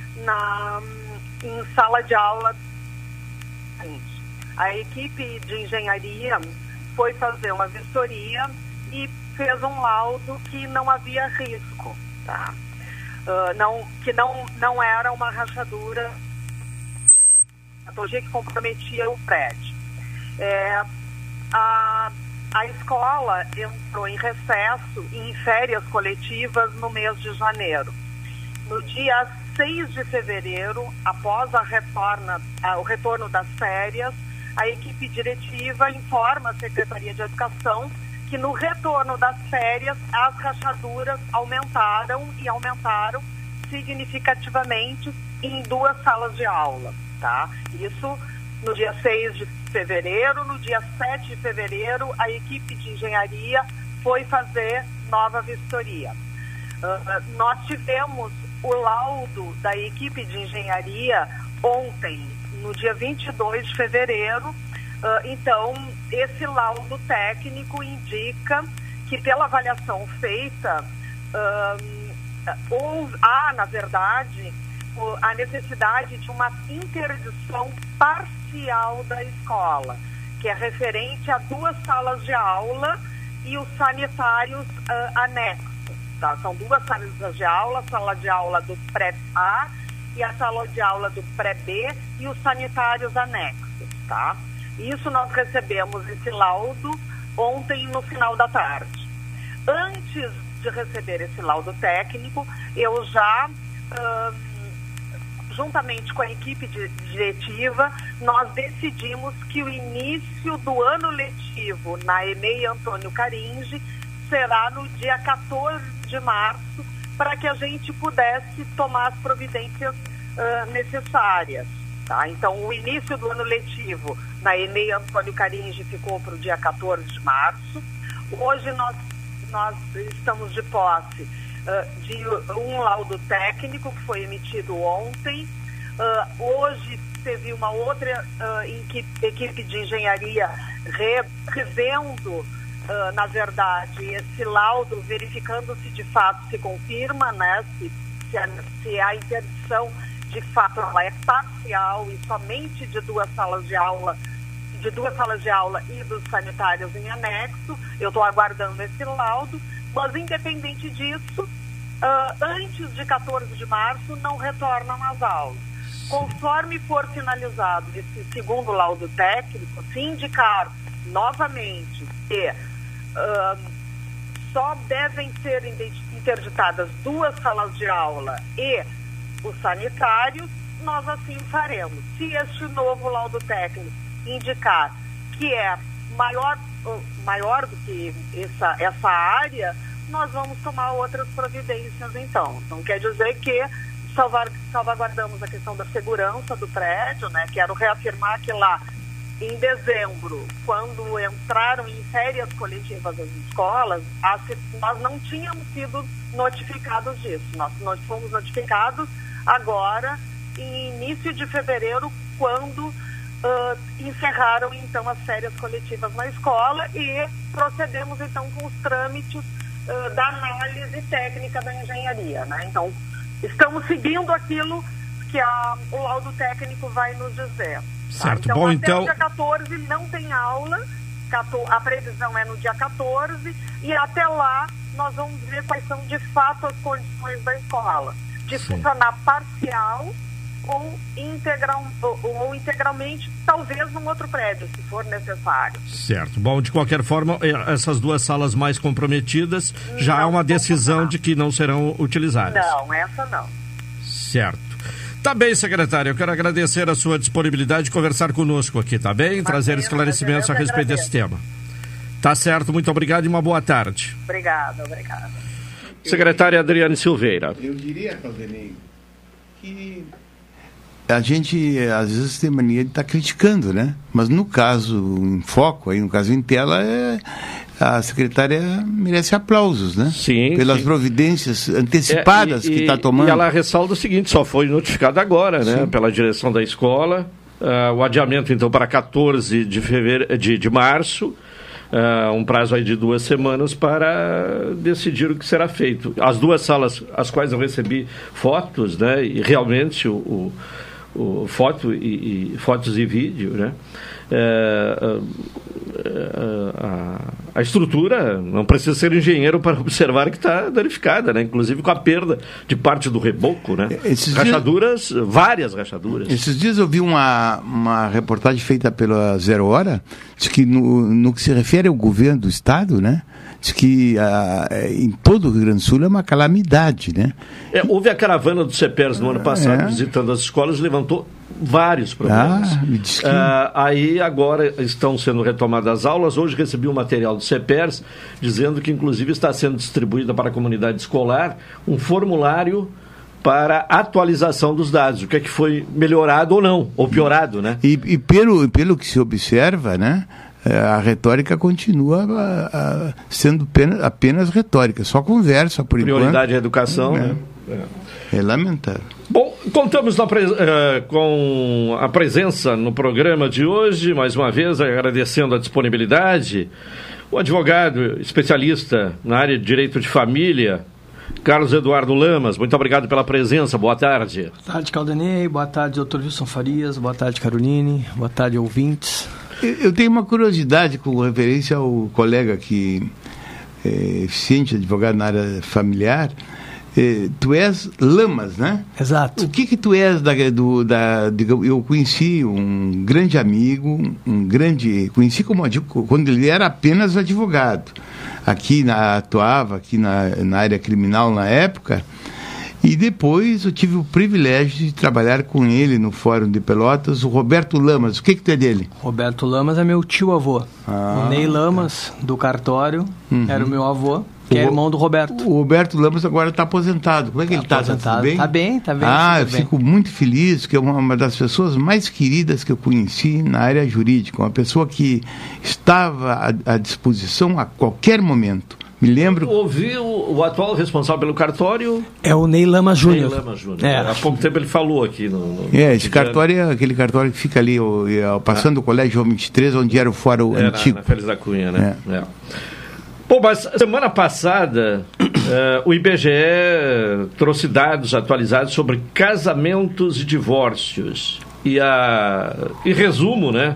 em sala de aula. A equipe de engenharia foi fazer uma vistoria e fez um laudo que não havia risco, tá? Que não era uma rachadura que comprometia o prédio. A escola entrou em recesso e em férias coletivas no mês de janeiro. No dia 6 de fevereiro, após o retorno das férias, a equipe diretiva informa a Secretaria de Educação que no retorno das férias as rachaduras aumentaram significativamente em 2 salas de aula, tá? Isso no dia 6 de fevereiro. No dia 7 de fevereiro, a equipe de engenharia foi fazer nova vistoria. Nós tivemos o laudo da equipe de engenharia ontem, no dia 22 de fevereiro. Então, esse laudo técnico indica que, pela avaliação feita, há, na verdade, a necessidade de uma interdição parcial da escola, que é referente a 2 salas de aula e os sanitários anexos. Tá? São 2 salas de aula, a sala de aula do pré-A e a sala de aula do pré-B e os sanitários anexos, tá? Isso nós recebemos esse laudo ontem no final da tarde. Antes de receber esse laudo técnico, eu já, juntamente com a equipe diretiva, nós decidimos que o início do ano letivo na EMEI Antônio Caringe será no dia 14 de março, para que a gente pudesse tomar as providências necessárias. Tá? Então, o início do ano letivo na EMEI Antônio Caringe ficou para o dia 14 de março. Hoje nós estamos de posse de um laudo técnico que foi emitido ontem. Hoje teve uma outra equipe de engenharia revendo, na verdade, esse laudo, verificando se de fato se confirma, né, se a interdição de fato ela é parcial e somente de 2 salas de aula, e dos sanitários em anexo. Eu estou aguardando esse laudo, mas independente disso, antes de 14 de março não retornam às aulas. Conforme for finalizado esse segundo laudo técnico, se indicar novamente que só devem ser interditadas 2 salas de aula e os sanitários, nós assim faremos. Se este novo laudo técnico indicar que é maior do que essa área, nós vamos tomar outras providências então. Então quer dizer que salvaguardamos a questão da segurança do prédio, né? Quero reafirmar que lá em dezembro, quando entraram em férias coletivas as escolas, nós não tínhamos sido notificados disso. Nós fomos notificados agora, em início de fevereiro, quando encerraram então as férias coletivas na escola e procedemos então com os trâmites da análise técnica da engenharia, né? Então, estamos seguindo aquilo que o laudo técnico vai nos dizer. Certo. Então, bom, até então... o dia 14 não tem aula, a previsão é no dia 14, e até lá nós vamos ver quais são de fato as condições da escola, de funcionar parcial ou integralmente, talvez num outro prédio, se for necessário. Certo. Bom, de qualquer forma, essas 2 salas mais comprometidas já há uma decisão de que não serão utilizadas. Não, essa não. Certo. Tá bem, secretário, eu quero agradecer a sua disponibilidade de conversar conosco aqui, tá bem? Trazer esclarecimentos a respeito desse tema. Tá certo, muito obrigado e uma boa tarde. Obrigada. Secretária Adriane Silveira. Eu diria, Caldenei, que a gente às vezes tem mania de estar criticando, né? Mas no caso em foco, aí no caso em tela, a secretária merece aplausos, né? Sim. Pelas providências antecipadas que está tomando. E ela ressalta o seguinte, só foi notificada agora, né? Pela direção da escola, o adiamento então para 14 de março, um prazo aí de 2 semanas para decidir o que será feito. As 2 salas, as quais eu recebi fotos, né? E realmente fotos e vídeo, né? A estrutura não precisa ser engenheiro para observar que está danificada, né? Inclusive com a perda de parte do reboco, né? Rachaduras, várias rachaduras. Esses dias eu vi uma reportagem feita pela Zero Hora, diz que no que se refere ao governo do estado, né? Diz que em todo o Rio Grande do Sul é uma calamidade, né? Houve a caravana do CEPERS no ano passado, visitando as escolas, levantou vários problemas. Aí agora estão sendo retomadas as aulas. Hoje recebi um material do CEPERS dizendo que inclusive está sendo distribuída para a comunidade escolar um formulário para atualização dos dados, o que é que foi melhorado ou não, ou piorado, né? E pelo que se observa, né? A retórica continua sendo apenas retórica, só conversa por enquanto. Prioridade é a educação, né? É lamentável. Bom, contamos com a presença no programa de hoje, mais uma vez agradecendo a disponibilidade, o advogado especialista na área de direito de família, Carlos Eduardo Lamas. Muito obrigado pela presença, boa tarde. Boa tarde, Caldenei, boa tarde, doutor Wilson Farias, boa tarde, Caroline, boa tarde, ouvintes. Eu tenho uma curiosidade com referência ao colega que é eficiente advogado na área familiar. Tu és Lamas, né? Exato. O que tu és eu conheci um grande amigo, conheci quando ele era apenas advogado. Atuava aqui na área criminal na época. E depois eu tive o privilégio de trabalhar com ele no Fórum de Pelotas, o Roberto Lamas. O que tu é dele? Roberto Lamas é meu tio-avô. O Ney Lamas, do cartório, era o meu avô, que é irmão do Roberto. O Roberto Lamas agora está aposentado. Como é que ele está? Está bem? Está bem. Eu fico muito feliz, que é uma das pessoas mais queridas que eu conheci na área jurídica. Uma pessoa que estava à disposição a qualquer momento. Me lembro... Ouvi o atual responsável pelo cartório... É o Ney Lamas Júnior. Há pouco tempo ele falou aqui esse cartório é aquele cartório que fica ali, passando o Colégio João 23, onde era o fórum antigo. Na Félix da Cunha, né? Bom, mas semana passada o IBGE trouxe dados atualizados sobre casamentos e divórcios. E resumo, né?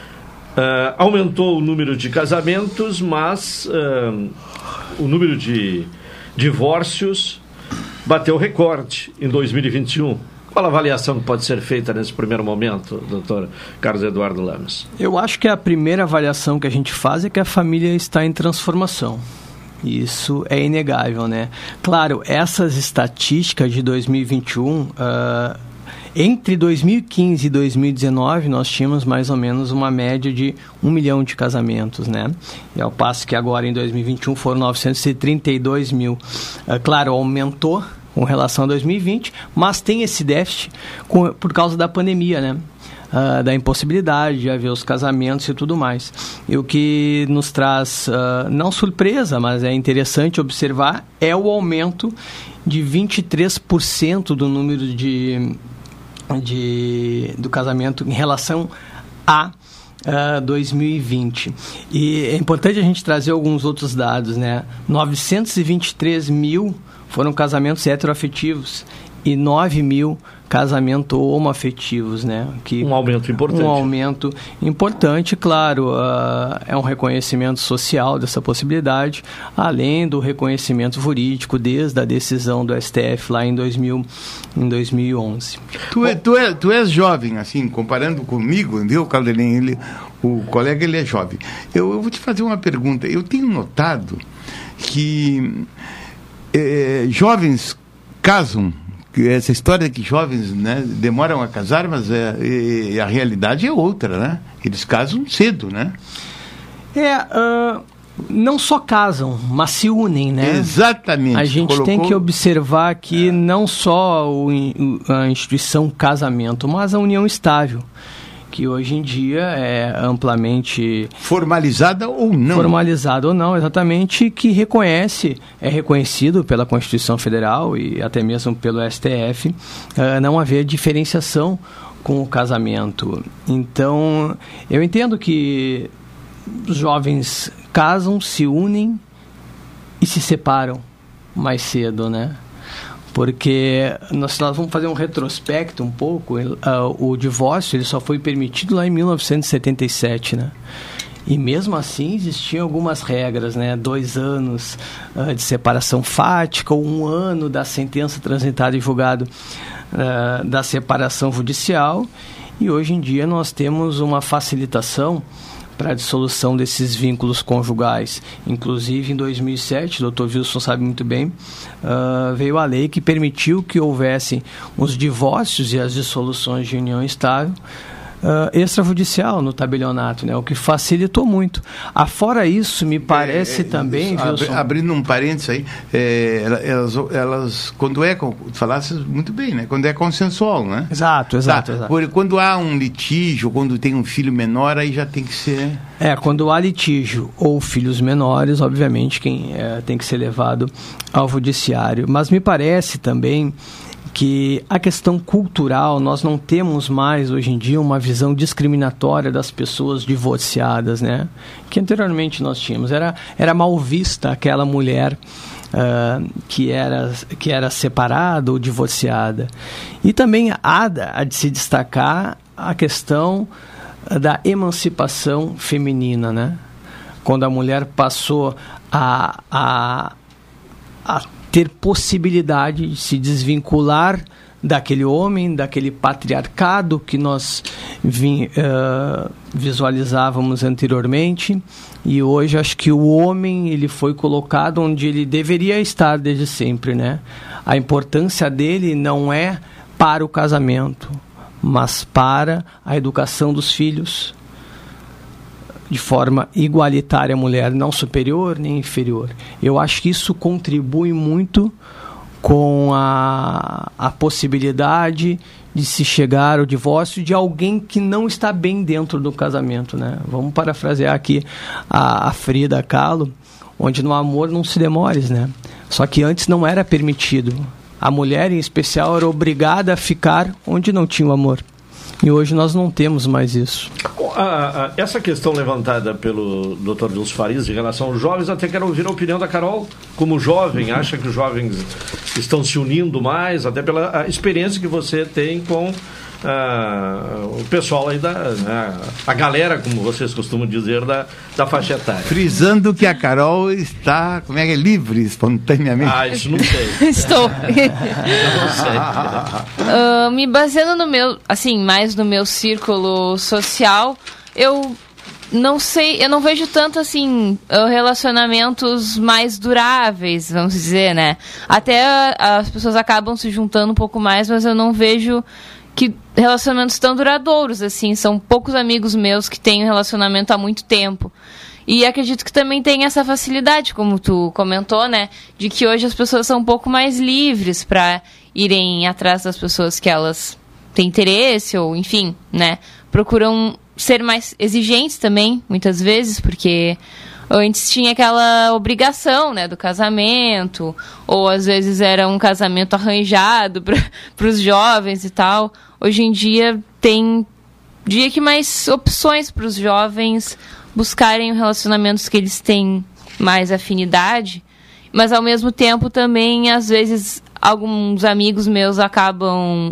Aumentou o número de casamentos, mas o número de divórcios bateu recorde em 2021. Qual a avaliação que pode ser feita nesse primeiro momento, doutor Carlos Eduardo Lamas? Eu acho que a primeira avaliação que a gente faz é que a família está em transformação. Isso é inegável, né? Claro, essas estatísticas de 2021... Entre 2015 e 2019, nós tínhamos mais ou menos uma média de 1 milhão de casamentos, né? E ao passo que agora, em 2021, foram 932 mil. Claro, aumentou com relação a 2020, mas tem esse déficit por causa da pandemia, né? Da impossibilidade de haver os casamentos e tudo mais. E o que nos traz, não surpresa, mas é interessante observar, é o aumento de 23% do número do casamento em relação a 2020. E é importante a gente trazer alguns outros dados, né? 923 mil foram casamentos heteroafetivos e 9 mil casamentos homoafetivos, né? Um aumento importante. Um aumento importante, claro, é um reconhecimento social dessa possibilidade, além do reconhecimento jurídico desde a decisão do STF lá em 2011. Tu és jovem, assim, comparando comigo, viu, Caldenei? O colega, ele é jovem. Eu vou te fazer uma pergunta. Eu tenho notado que jovens casam, essa história de que jovens, né, demoram a casar, mas a realidade é outra, né? Eles casam cedo, né? não só casam, mas se unem, né? Exatamente. A gente tem que observar que não só a instituição casamento, mas a união estável, que hoje em dia é amplamente... Formalizada ou não. Formalizada ou não, exatamente, que é reconhecido pela Constituição Federal e até mesmo pelo STF, não haver diferenciação com o casamento. Então, eu entendo que os jovens casam, se unem e se separam mais cedo, né? Porque nós vamos fazer um retrospecto um pouco. O divórcio ele só foi permitido lá em 1977, né? E mesmo assim existiam algumas regras, né? 2 anos de separação fática, ou 1 ano da sentença transitada em julgado da separação judicial. E hoje em dia nós temos uma facilitação para a dissolução desses vínculos conjugais. Inclusive, em 2007, o Dr. Wilson sabe muito bem, veio a lei que permitiu que houvessem os divórcios e as dissoluções de união estável extrajudicial no tabelionato, né? O que facilitou muito. Afora isso, me parece também... Abrindo um parênteses aí, elas quando falasse muito bem, né? Quando é consensual, né? Exato. Quando há um litígio, quando tem um filho menor, aí já tem que ser... Quando há litígio ou filhos menores, obviamente, quem tem que ser levado ao judiciário. Mas me parece também que a questão cultural, nós não temos mais hoje em dia uma visão discriminatória das pessoas divorciadas, né? Que anteriormente nós tínhamos. Era mal vista aquela mulher que era separada ou divorciada. E também há de se destacar a questão da emancipação feminina, né? Quando a mulher passou a ter possibilidade de se desvincular daquele homem, daquele patriarcado que nós visualizávamos anteriormente, e hoje acho que o homem ele foi colocado onde ele deveria estar desde sempre, né? A importância dele não é para o casamento, mas para a educação dos filhos, de forma igualitária à mulher, não superior nem inferior. Eu acho que isso contribui muito com a possibilidade de se chegar ao divórcio de alguém que não está bem dentro do casamento, né? Vamos parafrasear aqui a Frida Kahlo, onde no amor não se demores, né? Só que antes não era permitido. A mulher, em especial, era obrigada a ficar onde não tinha o amor. E hoje nós não temos mais isso. Essa questão levantada pelo Dr. Wilson Farias em relação aos jovens, até quero ouvir a opinião da Carol. Como jovem, acha que os jovens estão se unindo mais, até pela experiência que você tem com o pessoal aí a galera, como vocês costumam dizer, da faixa etária. Frisando que a Carol está, livre, espontaneamente. Isso não sei. Estou. Não sei. Me baseando no meu, mais no meu círculo social, eu não sei, eu não vejo tanto relacionamentos mais duráveis, vamos dizer, né? Até as pessoas acabam se juntando um pouco mais, mas eu não vejo que relacionamentos tão duradouros, são poucos amigos meus que têm um relacionamento há muito tempo. E acredito que também tem essa facilidade, como tu comentou, né, de que hoje as pessoas são um pouco mais livres para irem atrás das pessoas que elas têm interesse, ou enfim, né, procuram ser mais exigentes também, muitas vezes, porque antes tinha aquela obrigação, né, do casamento, ou às vezes era um casamento arranjado para os jovens e tal. Hoje em dia tem que mais opções para os jovens buscarem relacionamentos que eles têm mais afinidade, mas ao mesmo tempo também, às vezes, alguns amigos meus acabam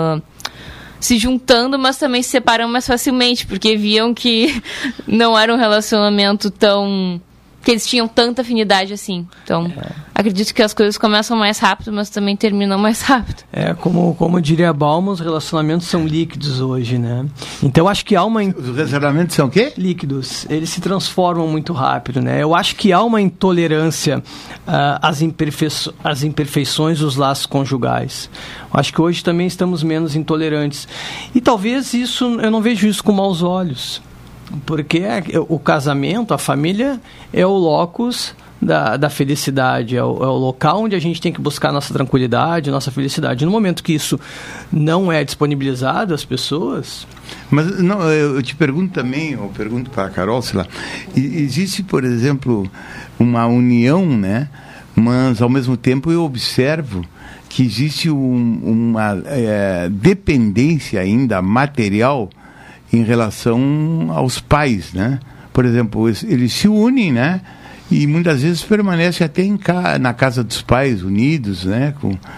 se juntando, mas também se separam mais facilmente, porque viam que não era um relacionamento que eles tinham tanta afinidade assim. Então, acredito que as coisas começam mais rápido, mas também terminam mais rápido. Como diria Bauman, os relacionamentos são líquidos hoje, né? Então, acho que há uma... Os relacionamentos são o quê? Líquidos. Eles se transformam muito rápido, né? Eu acho que há uma intolerância às imperfeições dos laços conjugais. Eu acho que hoje também estamos menos intolerantes. E talvez isso, eu não vejo isso com maus olhos. Porque o casamento, a família, é o locus da felicidade, é o local onde a gente tem que buscar nossa tranquilidade, nossa felicidade. No momento que isso não é disponibilizado às pessoas... Mas não, eu te pergunto também, eu pergunto para a Carol, sei lá, existe, por exemplo, uma união, né? Mas, ao mesmo tempo, eu observo que existe uma dependência ainda material em relação aos pais, né? Por exemplo, eles se unem, né? E muitas vezes permanecem até na casa dos pais, unidos, né?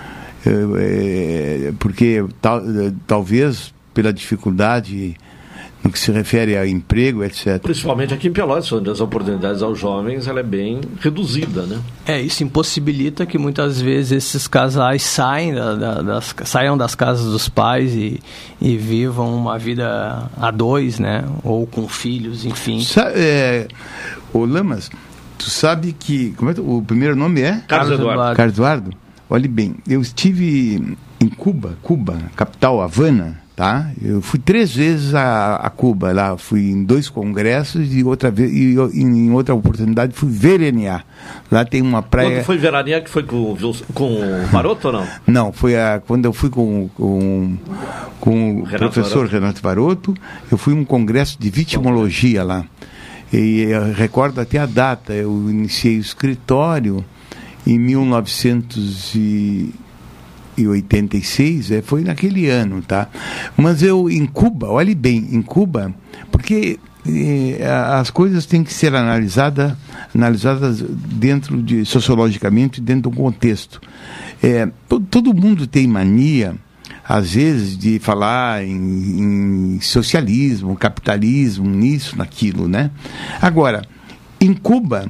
Porque talvez pela dificuldade no que se refere a emprego, etc. Principalmente aqui em Pelotas, onde as oportunidades aos jovens ela é bem reduzida, né? Isso impossibilita que muitas vezes esses casais saiam das casas dos pais e vivam uma vida a dois, né? Ou com filhos, enfim. Ô Lamas, tu sabe que... o primeiro nome é? Carlos Eduardo. Carlos Eduardo? Olhe bem, eu estive em Cuba, capital Havana, tá? Eu fui 3 vezes a Cuba, lá fui em 2 congressos e em outra oportunidade fui veranear. Lá tem uma praia... Quando foi veranear, que foi com o Varoto ou não? Não, foi quando eu fui com o professor Renato Varoto, eu fui a um congresso de vitimologia lá. E eu recordo até a data, eu iniciei o escritório em 1986, foi naquele ano, tá? Mas em Cuba, olhe bem, em Cuba, porque as coisas têm que ser analisadas sociologicamente dentro de um contexto. Todo mundo tem mania, às vezes, de falar em socialismo, capitalismo, nisso, naquilo, né? Agora, em Cuba,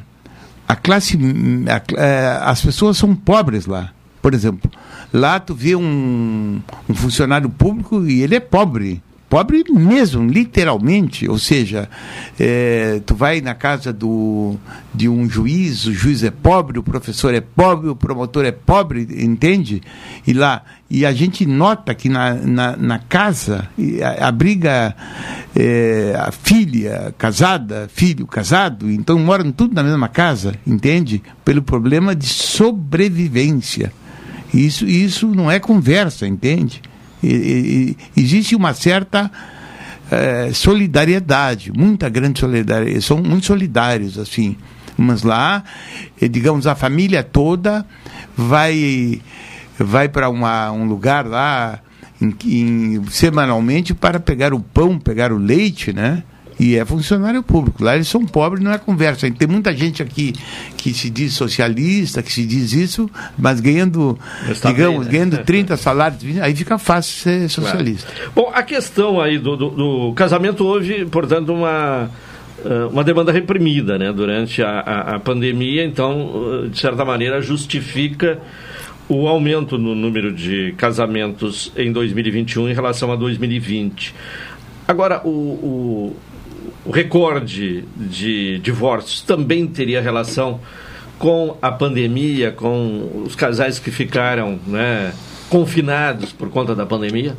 as pessoas são pobres lá. Por exemplo, lá tu vê um funcionário público e ele é pobre mesmo, literalmente. Ou seja, tu vai na casa de um juiz, o juiz é pobre, o professor é pobre, o promotor é pobre, entende? E a gente nota que na casa abriga a filha casada, filho casado, então moram tudo na mesma casa, entende? Pelo problema de sobrevivência. Isso não é conversa, entende? Existe uma certa solidariedade, muita grande solidariedade, são muito solidários, assim, mas lá, digamos, a família toda vai para um lugar lá semanalmente para pegar o pão, pegar o leite, né? E é funcionário público. Lá eles são pobres, não é conversa. Tem muita gente aqui que se diz socialista, que se diz isso, mas ganhando 30 salários, aí fica fácil ser socialista. Claro. Bom, a questão aí do casamento, houve, portanto, uma demanda reprimida, né, durante a pandemia, então, de certa maneira, justifica o aumento no número de casamentos em 2021 em relação a 2020. Agora, o recorde de divórcios também teria relação com a pandemia, com os casais que ficaram, né, confinados por conta da pandemia?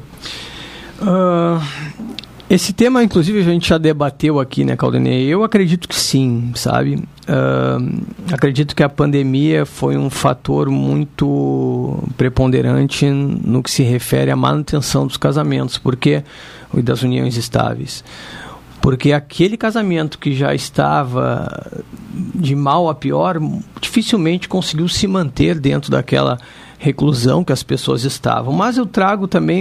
Esse tema, inclusive, a gente já debateu aqui, né, Caldenei? Eu acredito que sim, sabe? Acredito que a pandemia foi um fator muito preponderante no que se refere à manutenção dos casamentos, e das uniões estáveis. Porque aquele casamento que já estava de mal a pior, dificilmente conseguiu se manter dentro daquela reclusão que as pessoas estavam. Mas eu trago também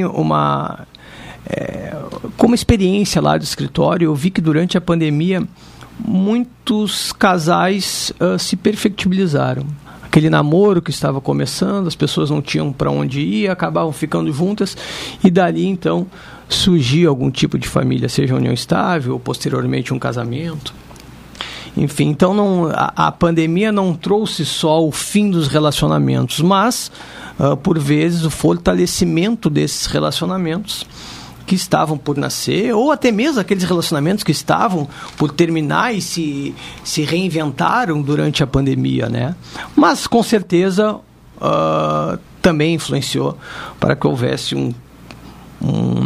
como experiência lá do escritório, eu vi que durante a pandemia muitos casais se perfectibilizaram. Aquele namoro que estava começando, as pessoas não tinham para onde ir, acabavam ficando juntas, e dali então surgia algum tipo de família, seja união estável ou posteriormente um casamento. Enfim, então a pandemia não trouxe só o fim dos relacionamentos, mas por vezes o fortalecimento desses relacionamentos que estavam por nascer, ou até mesmo aqueles relacionamentos que estavam por terminar e se reinventaram durante a pandemia, né? Mas, com certeza, também influenciou para que houvesse um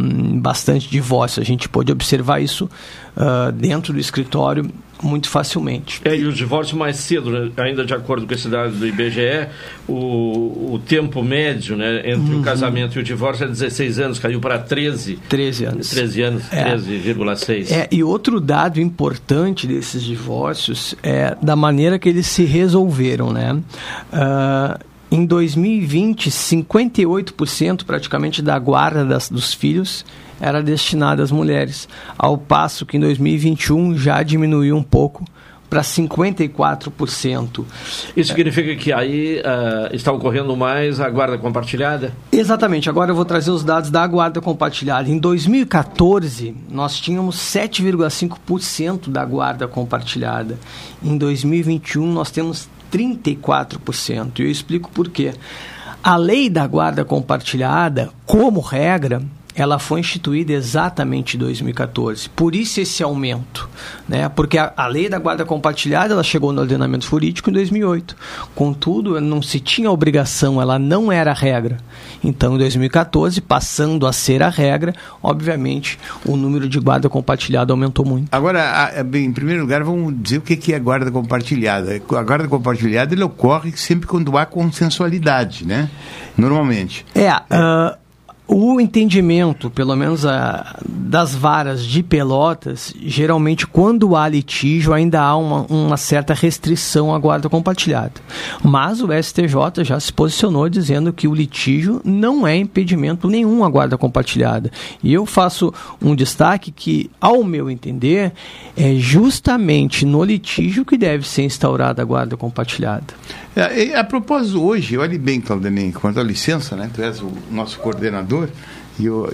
bastante divórcio. A gente pôde observar isso dentro do escritório muito facilmente. E o divórcio mais cedo, né? Ainda de acordo com esse dado do IBGE, o tempo médio, né, entre o casamento e o divórcio é 16 anos, caiu para 13 anos. 13,6. E outro dado importante desses divórcios é da maneira que eles se resolveram, né? Em 2020, 58% praticamente da guarda dos filhos era destinada às mulheres, ao passo que em 2021 já diminuiu um pouco para 54%. Isso significa que aí está ocorrendo mais a guarda compartilhada? Exatamente. Agora eu vou trazer os dados da guarda compartilhada. Em 2014, nós tínhamos 7,5% da guarda compartilhada. Em 2021, nós temos 34%. E eu explico por quê. A lei da guarda compartilhada, como regra, ela foi instituída exatamente em 2014. Por isso esse aumento, né? Porque a lei da guarda compartilhada, ela chegou no ordenamento jurídico em 2008. Contudo, não se tinha obrigação, ela não era a regra. Então, em 2014, passando a ser a regra, obviamente, o número de guarda compartilhada aumentou muito. Agora, em primeiro lugar, vamos dizer o que é guarda compartilhada. A guarda compartilhada, ele ocorre sempre quando há consensualidade, né? Normalmente. O entendimento, pelo menos das varas de Pelotas, geralmente quando há litígio ainda há uma certa restrição à guarda compartilhada. Mas o STJ já se posicionou dizendo que o litígio não é impedimento nenhum à guarda compartilhada. E eu faço um destaque que, ao meu entender, é justamente no litígio que deve ser instaurada a guarda compartilhada. A propósito, hoje, olhe bem, Claudinei, quanto à licença, né? Tu és o nosso coordenador, e eu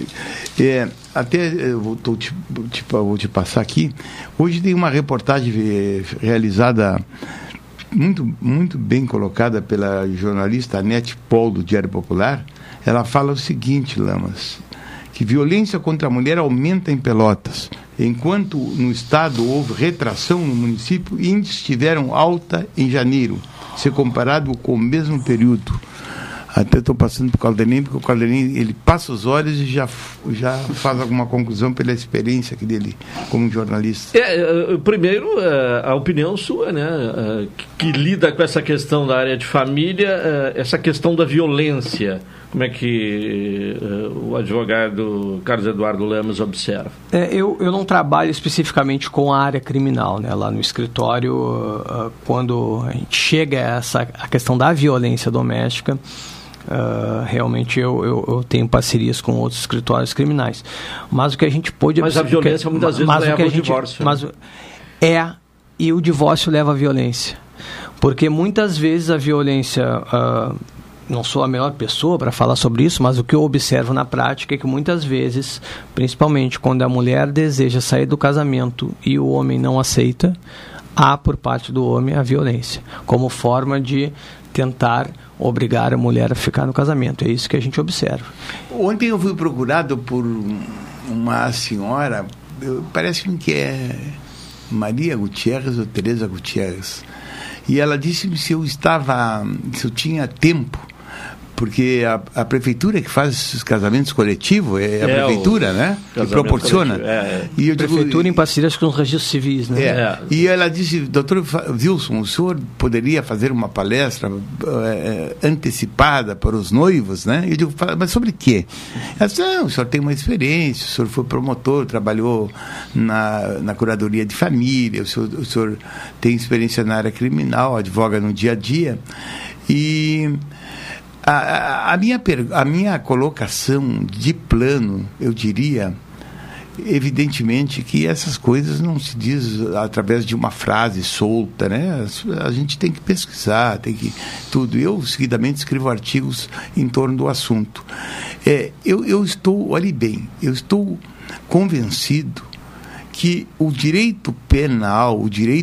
vou te passar aqui. Hoje tem uma reportagem realizada, muito, muito bem colocada pela jornalista Anete Paul, do Diário Popular. Ela fala o seguinte, Lamas, que violência contra a mulher aumenta em Pelotas. Enquanto no estado houve retração no município, índices tiveram alta em janeiro, se comparado com o mesmo período. Até estou passando para o Caldenei, porque o Caldenei, ele passa os olhos e já faz alguma conclusão pela experiência dele como jornalista. Primeiro, a opinião sua, né, que lida com essa questão da área de família, essa questão da violência. Como é que o advogado Carlos Eduardo Lamas observa? Eu não trabalho especificamente com a área criminal, né? Lá no escritório, quando a gente chega a questão da violência doméstica, realmente eu tenho parcerias com outros escritórios criminais. Mas o que a gente pode... Mas a violência muitas vezes leva ao divórcio. E o divórcio leva à violência. Porque muitas vezes a violência... não sou a melhor pessoa para falar sobre isso, mas o que eu observo na prática é que muitas vezes, principalmente quando a mulher deseja sair do casamento e o homem não aceita, há por parte do homem a violência, como forma de tentar obrigar a mulher a ficar no casamento. É isso que a gente observa. Ontem eu fui procurado por uma senhora, parece-me que é Maria Gutierrez ou Teresa Gutierrez, e ela disse-me se eu tinha tempo, porque a prefeitura que faz esses casamentos coletivos é a prefeitura, né? Que proporciona. E eu prefeitura em parcerias com os registros civis, né? E ela disse, doutor Wilson, o senhor poderia fazer uma palestra antecipada para os noivos, né? E eu digo, mas sobre quê? Ela disse, o senhor tem uma experiência, o senhor foi promotor, trabalhou na curadoria de família, o senhor tem experiência na área criminal, advoga no dia a dia. E a minha colocação de plano, eu diria, evidentemente que essas coisas não se diz através de uma frase solta, né? A gente tem que pesquisar, tem que tudo. Eu seguidamente escrevo artigos em torno do assunto. Eu estou, olhe bem, eu estou convencido que o direito penal,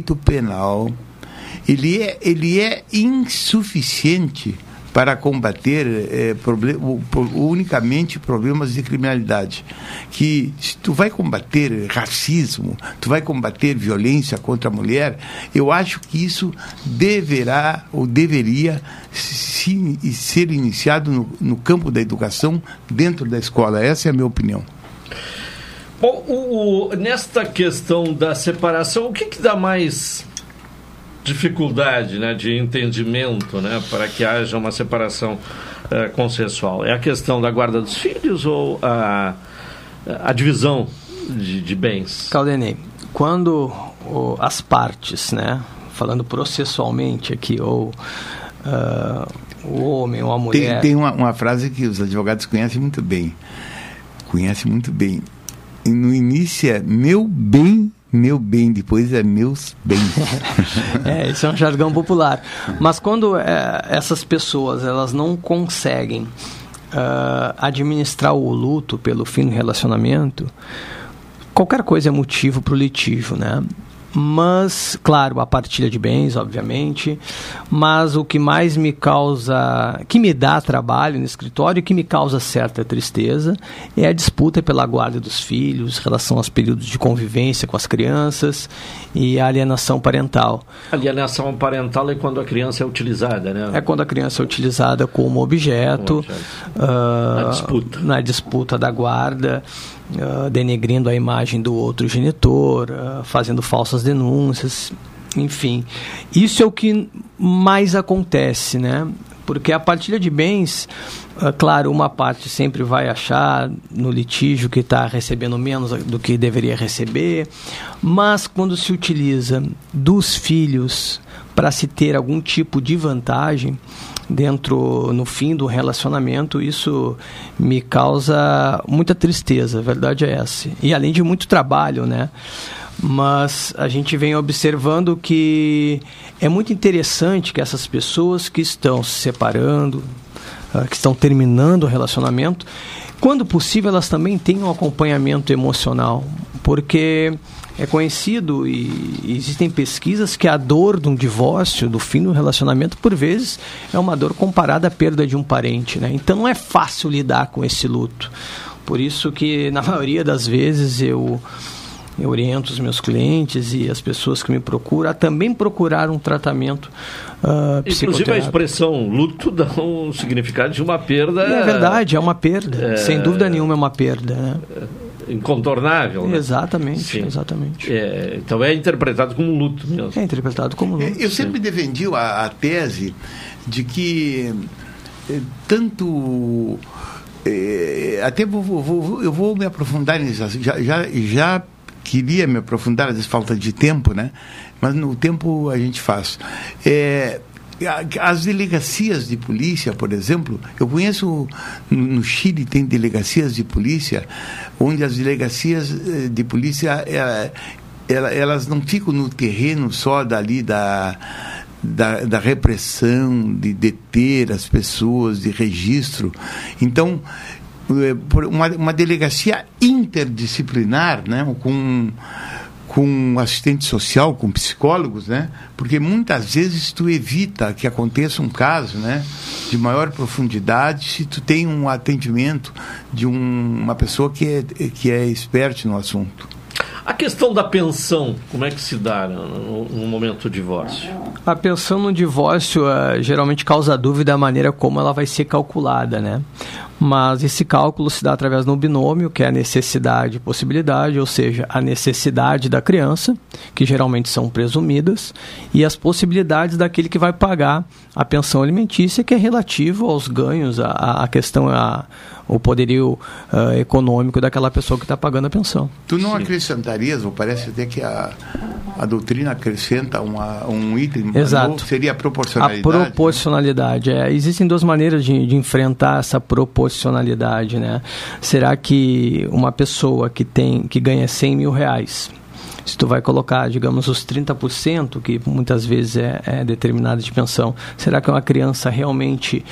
ele é insuficiente para combater unicamente problemas de criminalidade. Que se tu vai combater racismo, tu vai combater violência contra a mulher, eu acho que isso deverá ou deveria ser iniciado no campo da educação dentro da escola. Essa é a minha opinião. Bom, nesta questão da separação, o que dá mais dificuldade, né, de entendimento, né, para que haja uma separação consensual? É a questão da guarda dos filhos ou a divisão de bens? Caldenei, quando as partes, né, falando processualmente aqui, ou o homem ou a mulher... Tem uma frase que os advogados conhecem muito bem. E no início é meu bem, depois é meus bens. Isso é um jargão popular. Mas quando essas pessoas elas não conseguem administrar o luto pelo fim do relacionamento, qualquer coisa é motivo para o litígio, né? Mas, claro, a partilha de bens, obviamente, mas o que mais me causa, que me dá trabalho no escritório e que me causa certa tristeza é a disputa pela guarda dos filhos, em relação aos períodos de convivência com as crianças e a alienação parental. A alienação parental é quando a criança é utilizada, né? É quando a criança é utilizada como objeto, na disputa da guarda, denegrindo a imagem do outro genitor, fazendo falsas denúncias, enfim. Isso é o que mais acontece, né? Porque a partilha de bens, claro, uma parte sempre vai achar no litígio que está recebendo menos do que deveria receber, mas quando se utiliza dos filhos para se ter algum tipo de vantagem no fim do relacionamento, isso me causa muita tristeza, a verdade é essa. E além de muito trabalho, né? Mas a gente vem observando que é muito interessante que essas pessoas que estão se separando, que estão terminando o relacionamento, quando possível elas também tenham um acompanhamento emocional, porque é conhecido e existem pesquisas que a dor de um divórcio, do fim do relacionamento, por vezes é uma dor comparada à perda de um parente, né? Então não é fácil lidar com esse luto. Por isso que na maioria das vezes eu oriento os meus clientes e as pessoas que me procuram a também procurar um tratamento psicoterápico. Inclusive a expressão luto dá um significado de uma perda... É verdade, é uma perda. Sem dúvida nenhuma é uma perda, né? Incontornável, né? Exatamente, exatamente. Então é interpretado como luto mesmo. É interpretado como luto. Eu sempre defendi a tese de que tanto... até eu vou me aprofundar nisso. Já queria me aprofundar, às vezes falta de tempo, né? Mas no tempo a gente faz. As delegacias de polícia, por exemplo, eu conheço, no Chile tem delegacias de polícia, onde as delegacias de polícia, elas não ficam no terreno só dali da repressão, de deter as pessoas, de registro. Então, uma delegacia interdisciplinar, né, com assistente social, com psicólogos, né? Porque muitas vezes tu evita que aconteça um caso, né, de maior profundidade se tu tem um atendimento de uma pessoa que é expert no assunto. A questão da pensão, como é que se dá no momento do divórcio? A pensão no divórcio geralmente causa dúvida da maneira como ela vai ser calculada, né? Mas esse cálculo se dá através do binômio, que é a necessidade e possibilidade, ou seja, a necessidade da criança, que geralmente são presumidas, e as possibilidades daquele que vai pagar a pensão alimentícia, que é relativo aos ganhos, a questão, o poderio econômico daquela pessoa que está pagando a pensão. Tu não acrescentarias, ou parece até que a doutrina acrescenta um item novo, seria a proporcionalidade? A proporcionalidade, existem duas maneiras de enfrentar essa proporcionalidade, né? Será que uma pessoa que ganha 100 mil reais, se tu vai colocar, digamos, os 30%, que muitas vezes é determinado de pensão, será que uma criança realmente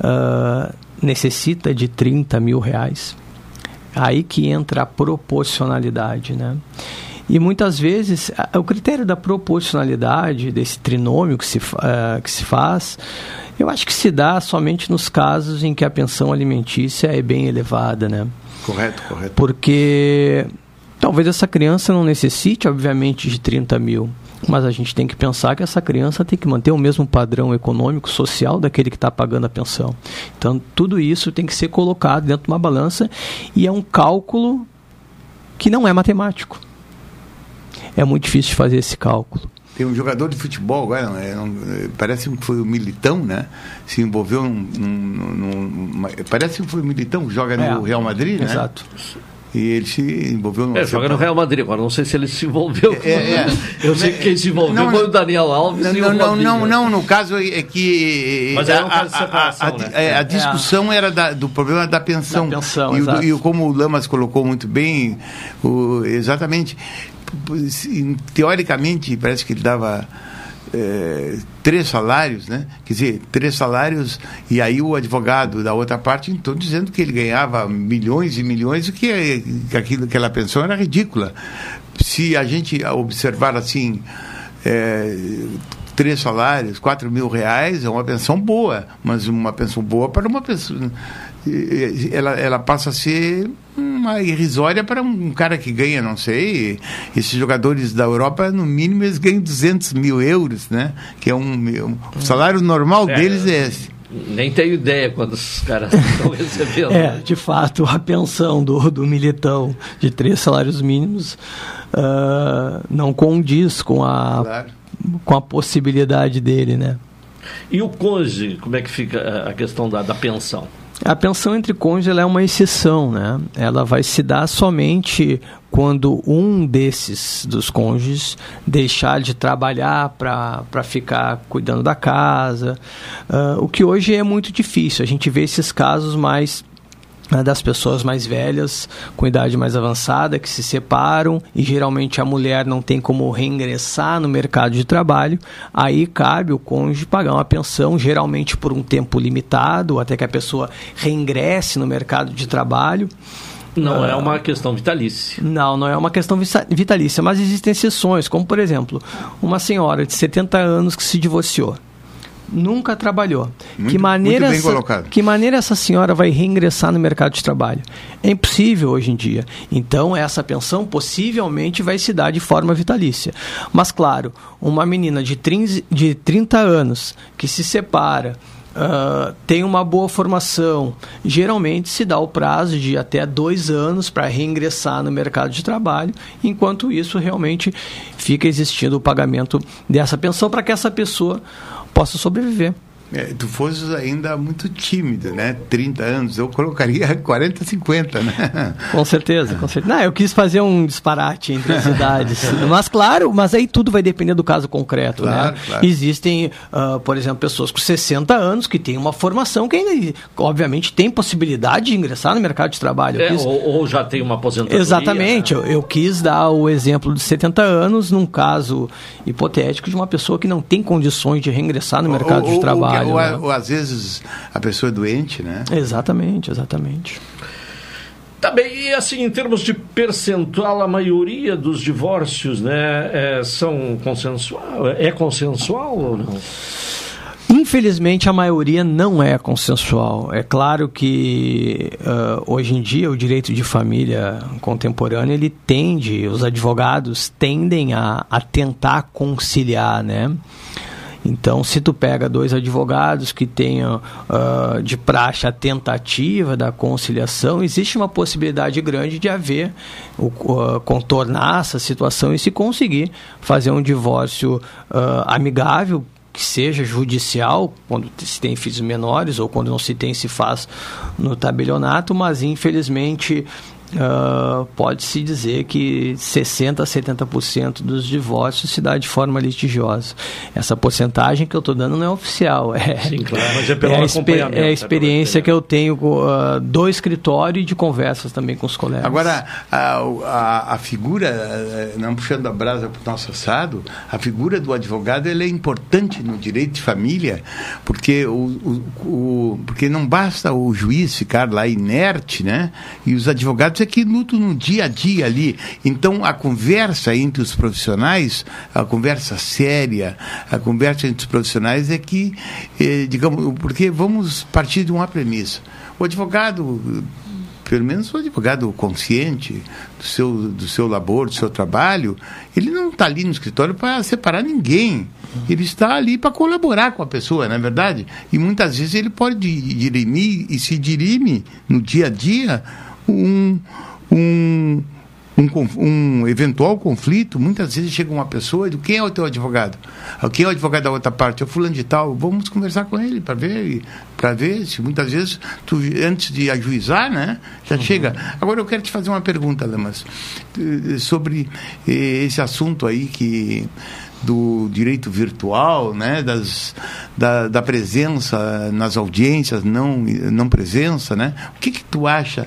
necessita de 30 mil reais? Aí que entra a proporcionalidade, né? E muitas vezes o critério da proporcionalidade, desse trinômio que se faz, eu acho que se dá somente nos casos em que a pensão alimentícia é bem elevada, né? Correto. Porque talvez essa criança não necessite, obviamente, de 30 mil, mas a gente tem que pensar que essa criança tem que manter o mesmo padrão econômico, social daquele que está pagando a pensão. Então, tudo isso tem que ser colocado dentro de uma balança e é um cálculo que não é matemático. É muito difícil de fazer esse cálculo. Tem um jogador de futebol agora, parece que foi o Militão, né? Se envolveu parece que foi o Militão que joga no Real Madrid, né? Exato. E ele se envolveu no... joga no Real Madrid, agora não sei se ele se envolveu. Eu sei que quem se envolveu foi o Daniel Alves e o Robinho. Não, no caso é que... Mas era um caso de separação, né? A discussão era do problema da pensão. E como o Lamas colocou muito bem, exatamente, teoricamente, parece que ele dava... 3 salários, né? Quer dizer, 3 salários, e aí o advogado da outra parte estou dizendo que ele ganhava milhões e milhões, e que aquela pensão era ridícula. Se a gente observar assim, 3 salários, 4 mil reais, é uma pensão boa, mas uma pensão boa para uma pessoa... Ela passa a ser uma irrisória para um cara que ganha, não sei, esses jogadores da Europa, no mínimo eles ganham 200 mil euros, né? Que é o salário normal deles é esse. Nem tenho ideia quando os caras estão recebendo. De fato, a pensão do Militão de 3 salários mínimos não condiz com a possibilidade dele, né? E o cônjuge, como é que fica a questão da pensão? A pensão entre cônjuges é uma exceção, né? Ela vai se dar somente quando um dos cônjuges deixar de trabalhar para ficar cuidando da casa, o que hoje é muito difícil. A gente vê esses casos mais das pessoas mais velhas, com idade mais avançada, que se separam e geralmente a mulher não tem como reingressar no mercado de trabalho. Aí cabe o cônjuge pagar uma pensão, geralmente por um tempo limitado, até que a pessoa reingresse no mercado de trabalho. Não é uma questão vitalícia. Não é uma questão vitalícia, mas existem exceções, como por exemplo, uma senhora de 70 anos que se divorciou. Nunca trabalhou. Muito bem colocado. Que maneira essa senhora vai reingressar no mercado de trabalho? É impossível hoje em dia. Então, essa pensão possivelmente vai se dar de forma vitalícia. Mas, claro, uma menina de 30 anos que se separa, tem uma boa formação, geralmente se dá o prazo de até 2 anos para reingressar no mercado de trabalho. Enquanto isso, realmente fica existindo o pagamento dessa pensão para que essa pessoa possa sobreviver. Tu fosses ainda muito tímido, né? 30 anos, eu colocaria 40, 50, né? Com certeza. Não, eu quis fazer um disparate entre as idades. Mas, claro, aí tudo vai depender do caso concreto, né? Claro. Existem, por exemplo, pessoas com 60 anos que têm uma formação que ainda, obviamente, tem possibilidade de ingressar no mercado de trabalho. Ou já tem uma aposentadoria. Exatamente. Né? Eu quis dar o exemplo de 70 anos num caso hipotético de uma pessoa que não tem condições de reingressar no mercado de trabalho. Ou às vezes a pessoa é doente, né? Exatamente. Tá bem, e assim, em termos de percentual, a maioria dos divórcios, né, são consensual? É consensual ou não? Infelizmente, a maioria não é consensual. É claro que hoje em dia o direito de família contemporâneo, os advogados tendem a tentar conciliar, né? Então, se tu pega 2 advogados que tenham de praxe a tentativa da conciliação, existe uma possibilidade grande de haver, contornar essa situação e se conseguir fazer um divórcio amigável, que seja judicial, quando se tem filhos menores, ou quando não se tem, se faz no tabelionato, mas infelizmente... pode-se dizer que 60% a 70% dos divórcios se dá de forma litigiosa. Essa porcentagem que eu estou dando não é oficial. Sim, claro, mas é pelo acompanhamento. É a experiência que eu tenho do escritório e de conversas também com os colegas. Agora, a figura, não puxando a brasa para o nosso assado, a figura do advogado ela é importante no direito de família, porque, porque não basta o juiz ficar lá inerte, né? E os advogados é que lutam no dia a dia ali. Então, a conversa entre os profissionais, a conversa séria, a conversa entre os profissionais é que, digamos, porque vamos partir de uma premissa. O advogado, pelo menos o advogado consciente do seu labor, do seu trabalho, ele não está ali no escritório para separar ninguém. Ele está ali para colaborar com a pessoa, não é verdade? E muitas vezes ele pode dirimir, e se dirime no dia a dia, um um eventual conflito, muitas vezes chega uma pessoa e diz: quem é o teu advogado? Quem é o advogado da outra parte? É o fulano de tal. Vamos conversar com ele para ver se muitas vezes antes de ajuizar, né, já chega. Agora eu quero te fazer uma pergunta, Lamas, sobre esse assunto aí do direito virtual, né, da presença nas audiências, não presença, né? O que tu acha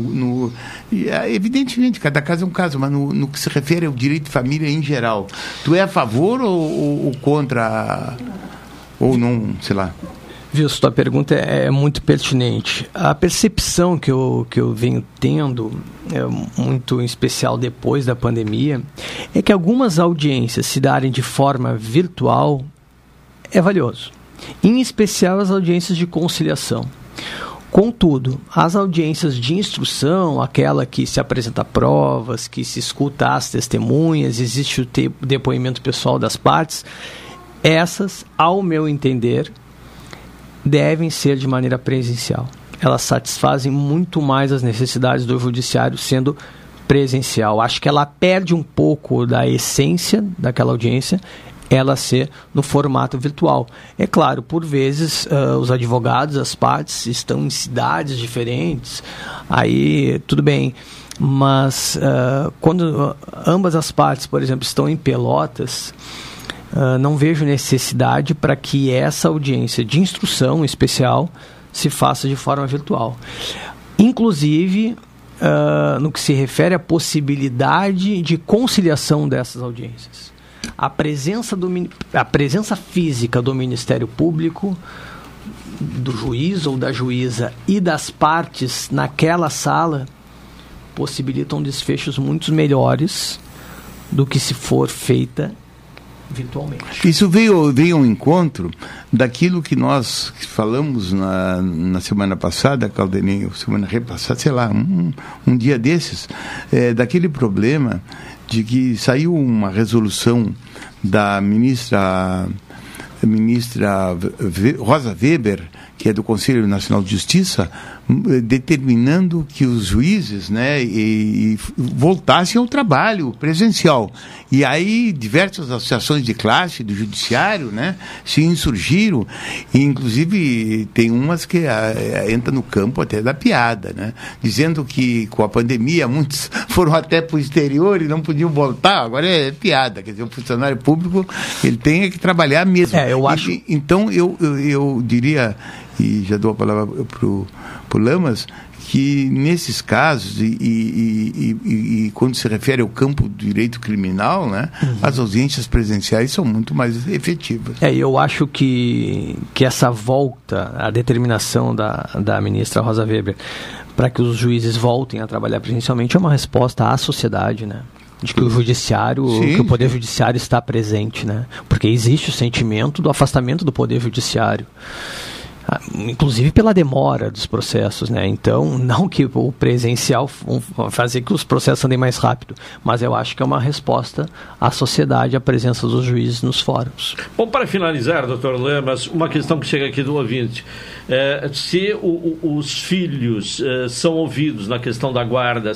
evidentemente, cada caso é um caso, mas no que se refere ao direito de família em geral, tu é a favor ou contra, ou não, sei lá? Wilson, tua pergunta é muito pertinente. A percepção que eu venho tendo, muito em especial depois da pandemia, é que algumas audiências se darem de forma virtual é valioso. Em especial as audiências de conciliação. Contudo, as audiências de instrução, aquela que se apresenta provas, que se escuta as testemunhas, existe o depoimento pessoal das partes, essas, ao meu entender, devem ser de maneira presencial. Elas satisfazem muito mais as necessidades do judiciário sendo presencial. Acho que ela perde um pouco da essência daquela audiência, ela ser no formato virtual. É claro, por vezes os advogados, as partes estão em cidades diferentes, aí tudo bem, mas quando ambas as partes, por exemplo, estão em Pelotas, não vejo necessidade para que essa audiência de instrução especial se faça de forma virtual. Inclusive, no que se refere à possibilidade de conciliação dessas audiências. A presença física do Ministério Público, do juiz ou da juíza e das partes naquela sala possibilitam desfechos muito melhores do que se for feita virtualmente. Isso veio ao encontro daquilo que nós falamos na semana passada, Caldeninho, semana repassada, sei lá, um dia desses, daquele problema de que saiu uma resolução da ministra Rosa Weber, que é do Conselho Nacional de Justiça, determinando que os juízes, né, voltassem ao trabalho presencial. E aí diversas associações de classe do judiciário, né, se insurgiram, e inclusive tem umas que entram no campo até da piada, né, dizendo que com a pandemia muitos foram até para o exterior e não podiam voltar. Agora é piada, quer dizer, o funcionário público ele tem que trabalhar mesmo. Eu acho. Então eu diria, e já dou a palavra para o Lamas, que nesses casos, e quando se refere ao campo do direito criminal, né, as audiências presenciais são muito mais efetivas. Eu acho que essa volta, a determinação da ministra Rosa Weber para que os juízes voltem a trabalhar presencialmente é uma resposta à sociedade, né? De que o judiciário, que o poder judiciário está presente, né? Porque existe o sentimento do afastamento do poder judiciário, inclusive pela demora dos processos, né? Então, não que o presencial fazer que os processos andem mais rápido, mas eu acho que é uma resposta à sociedade, à presença dos juízes nos fóruns. Bom, para finalizar, doutor Lamas, uma questão que chega aqui do ouvinte. Se os filhos são ouvidos na questão da guarda,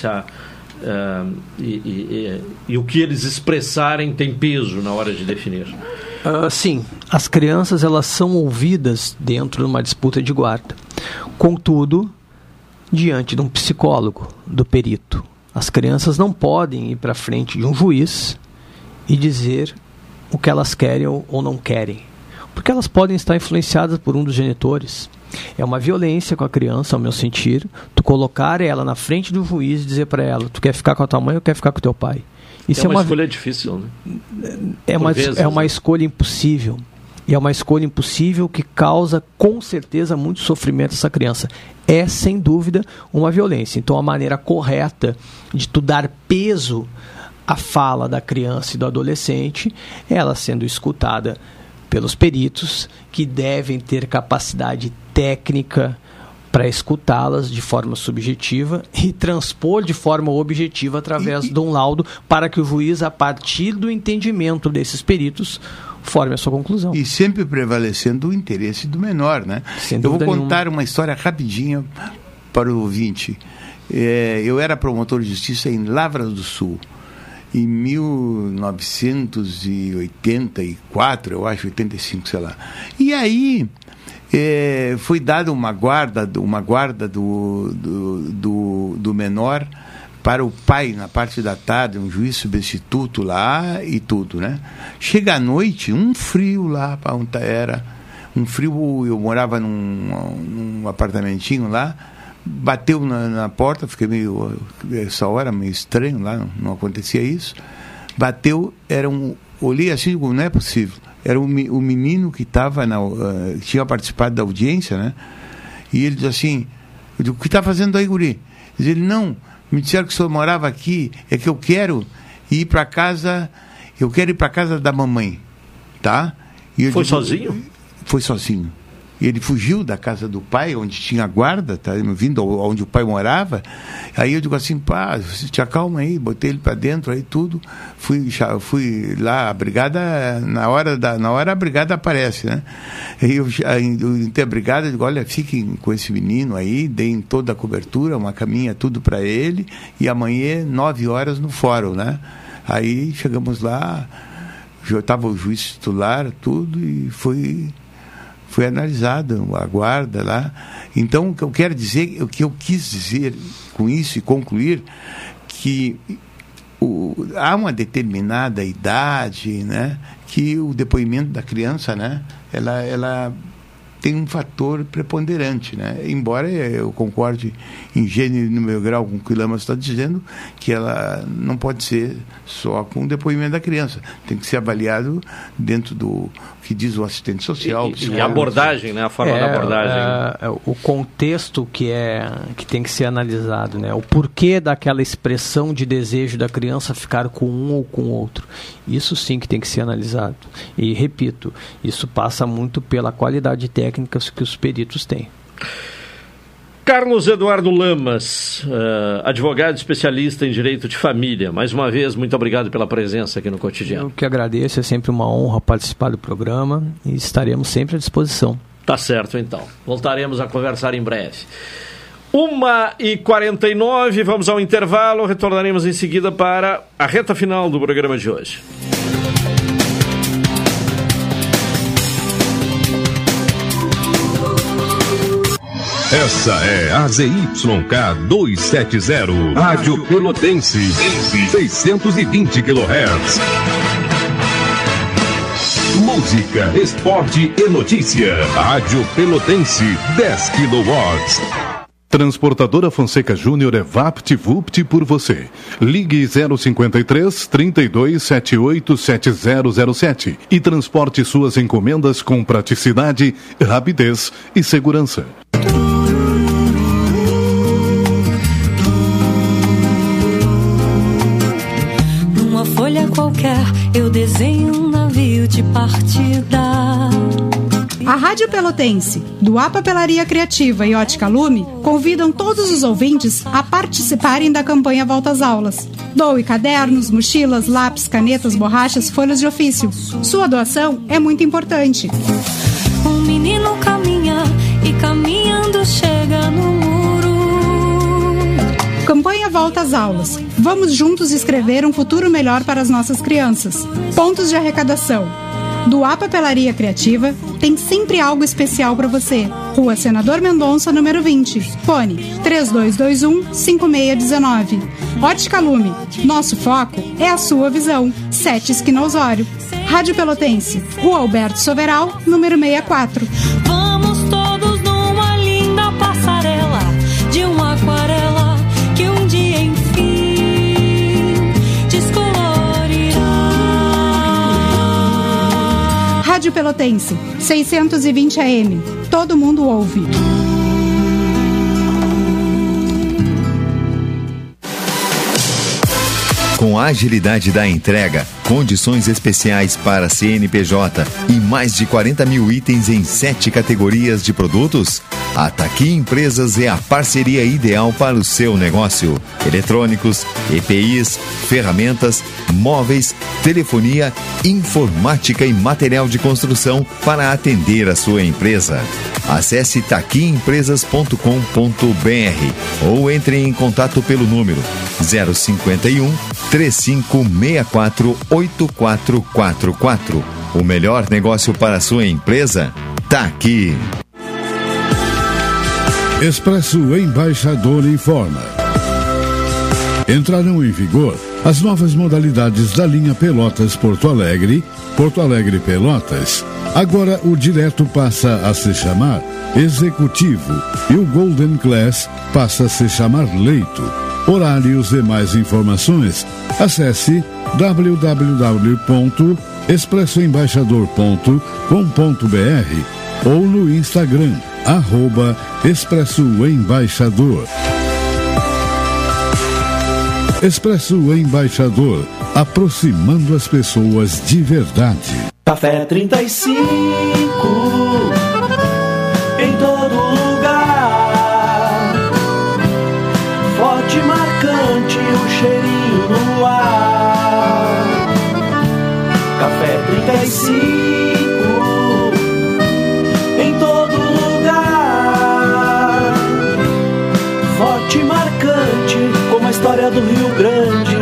e o que eles expressarem tem peso na hora de definir? Sim, as crianças elas são ouvidas dentro de uma disputa de guarda. Contudo, diante de um psicólogo, do perito, as crianças não podem ir para frente de um juiz e dizer o que elas querem ou não querem, porque elas podem estar influenciadas por um dos genitores. É uma violência com a criança, ao meu sentir, tu colocar ela na frente do juiz e dizer para ela, tu quer ficar com a tua mãe ou quer ficar com o teu pai? Isso é uma escolha difícil, né? É uma escolha impossível. E é uma escolha impossível que causa, com certeza, muito sofrimento a essa criança. É, sem dúvida, uma violência. Então, a maneira correta de tu dar peso à fala da criança e do adolescente é ela sendo escutada pelos peritos, que devem ter capacidade técnica para escutá-las de forma subjetiva e transpor de forma objetiva através de um laudo, para que o juiz, a partir do entendimento desses peritos, forme a sua conclusão. E sempre prevalecendo o interesse do menor, né? Eu vou contar uma história rapidinha para o ouvinte. eu era promotor de justiça em Lavras do Sul, em 1984, eu acho, 85, sei lá. E aí foi dada uma guarda do menor para o pai na parte da tarde, um juiz substituto lá e tudo, né? Chega à noite, um frio lá para onde era, um frio, eu morava num apartamentinho lá, bateu na porta, fiquei essa hora meio estranho lá, não acontecia isso, bateu, olhei assim, não é possível, era o menino que tinha participado da audiência, né? E ele diz assim, eu digo, o que está fazendo aí, guri? Diz ele, não, me disseram que o senhor morava aqui, é que eu quero ir para casa da mamãe, tá? E foi sozinho? Foi sozinho. Ele fugiu da casa do pai, onde tinha guarda, tá vindo onde o pai morava. Aí eu digo assim, pá, te acalma aí, botei ele para dentro, aí tudo. Fui lá, a brigada, na hora a brigada aparece, né? Aí eu entrei a brigada, digo, olha, fiquem com esse menino aí, deem toda a cobertura, uma caminha, tudo para ele, e amanhã, 9 horas, no fórum, né? Aí chegamos lá, já estava o juiz titular, tudo, e foi analisado a guarda lá. Então, o que eu quero dizer, o que eu quis dizer com isso e concluir, que há uma determinada idade, né, que o depoimento da criança, né, ela tem um fator preponderante, né? Embora eu concorde em gênero e número grau com o que o Lamas está dizendo, que ela não pode ser só com o depoimento da criança, tem que ser avaliado dentro do que diz o assistente social. E a abordagem, né? A forma da abordagem. O contexto que tem que ser analisado, né? O porquê daquela expressão de desejo da criança ficar com um ou com outro. Isso sim que tem que ser analisado. E, repito, isso passa muito pela qualidade técnica que os peritos têm. Carlos Eduardo Lamas, advogado especialista em direito de família. Mais uma vez, muito obrigado pela presença aqui no Cotidiano. Eu que agradeço, é sempre uma honra participar do programa e estaremos sempre à disposição. Tá certo, então. Voltaremos a conversar em breve. 1h49, vamos ao intervalo, retornaremos em seguida para a reta final do programa de hoje. Essa é a ZYK 270, Rádio Pelotense, 620 kHz. Música, esporte e notícia. Rádio Pelotense, 10 kW. Transportadora Fonseca Júnior é VaptVupt por você. Ligue 053 3278 7007 e transporte suas encomendas com praticidade, rapidez e segurança. Numa folha qualquer eu desenho um navio de partida. A Rádio Pelotense, do A Papelaria Criativa e Ótica Lume, convidam todos os ouvintes a participarem da campanha Volta às Aulas. Doe cadernos, mochilas, lápis, canetas, borrachas, folhas de ofício. Sua doação é muito importante. Um menino caminha e caminhando chega no muro. Campanha Volta às Aulas. Vamos juntos escrever um futuro melhor para as nossas crianças. Pontos de arrecadação. Do A Papelaria Criativa, tem sempre algo especial para você. Rua Senador Mendonça, número 20. Fone 3221-5619. Ótica Lume. Nosso foco é a sua visão. 7 esquina Osório. Rádio Pelotense. Rua Alberto Soveral, número 64. Vamos todos numa linda passarela de uma aquarela que um dia, enfim, descolorirá. Rádio Pelotense, 620 AM. Todo mundo ouve. Com a agilidade da entrega, condições especiais para CNPJ e mais de 40 mil itens em 7 categorias de produtos? A Taqui Empresas é a parceria ideal para o seu negócio. Eletrônicos, EPIs, ferramentas, móveis, telefonia, informática e material de construção para atender a sua empresa. Acesse taquiempresas.com.br ou entre em contato pelo número 051 3564 8444. O melhor negócio para a sua empresa tá aqui. Expresso Embaixador informa. Entrarão em vigor as novas modalidades da linha Pelotas-Porto Alegre, Porto Alegre-Pelotas. Agora o direto passa a se chamar Executivo e o Golden Class passa a se chamar Leito. Horários e mais informações, acesse www.expressoembaixador.com.br ou no Instagram, @expressoembaixador. Expresso Embaixador, aproximando as pessoas de verdade. Café 35, em todo lugar. Forte, marcante, o cheirinho no ar. Café 35, em todo lugar. Forte, marcante, como a história do Rio Grande.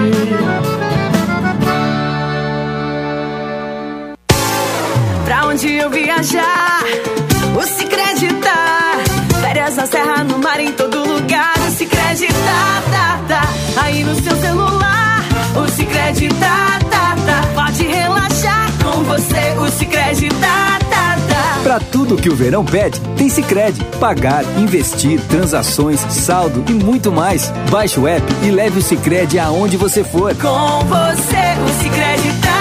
Pra onde eu viajar, o Sicredi tá. Férias na serra, no mar, em todo lugar. O Sicredi tá. Aí no seu celular, o Sicredi tá. Pode relaxar, com você o Sicredi tá. Pra tudo que o verão pede, tem Sicredi. Pagar, investir, transações, saldo e muito mais. Baixe o app e leve o Sicredi aonde você for. Com você o Sicredi tá.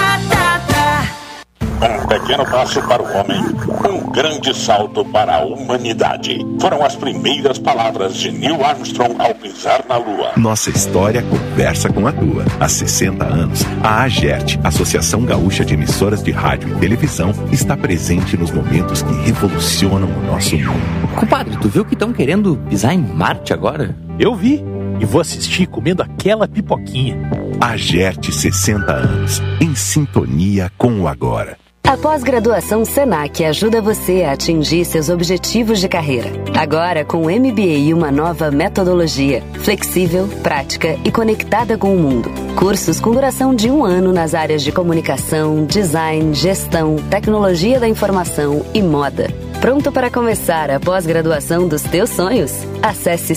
Um pequeno passo para o homem, um grande salto para a humanidade. Foram as primeiras palavras de Neil Armstrong ao pisar na Lua. Nossa história conversa com a tua. Há 60 anos, a AGERT, Associação Gaúcha de Emissoras de Rádio e Televisão, está presente nos momentos que revolucionam o nosso mundo. Compadre, tu viu que estão querendo pisar em Marte agora? Eu vi. E vou assistir comendo aquela pipoquinha. AGERT 60 anos, em sintonia com o agora. A pós-graduação Senac ajuda você a atingir seus objetivos de carreira. Agora com o MBA e uma nova metodologia, flexível, prática e conectada com o mundo. Cursos com duração de 1 ano nas áreas de comunicação, design, gestão, tecnologia da informação e moda. Pronto para começar a pós-graduação dos teus sonhos? Acesse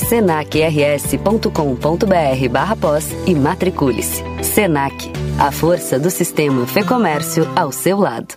senacrs.com.br/pós e matricule-se. Senac, a força do sistema Fê-Comércio ao seu lado.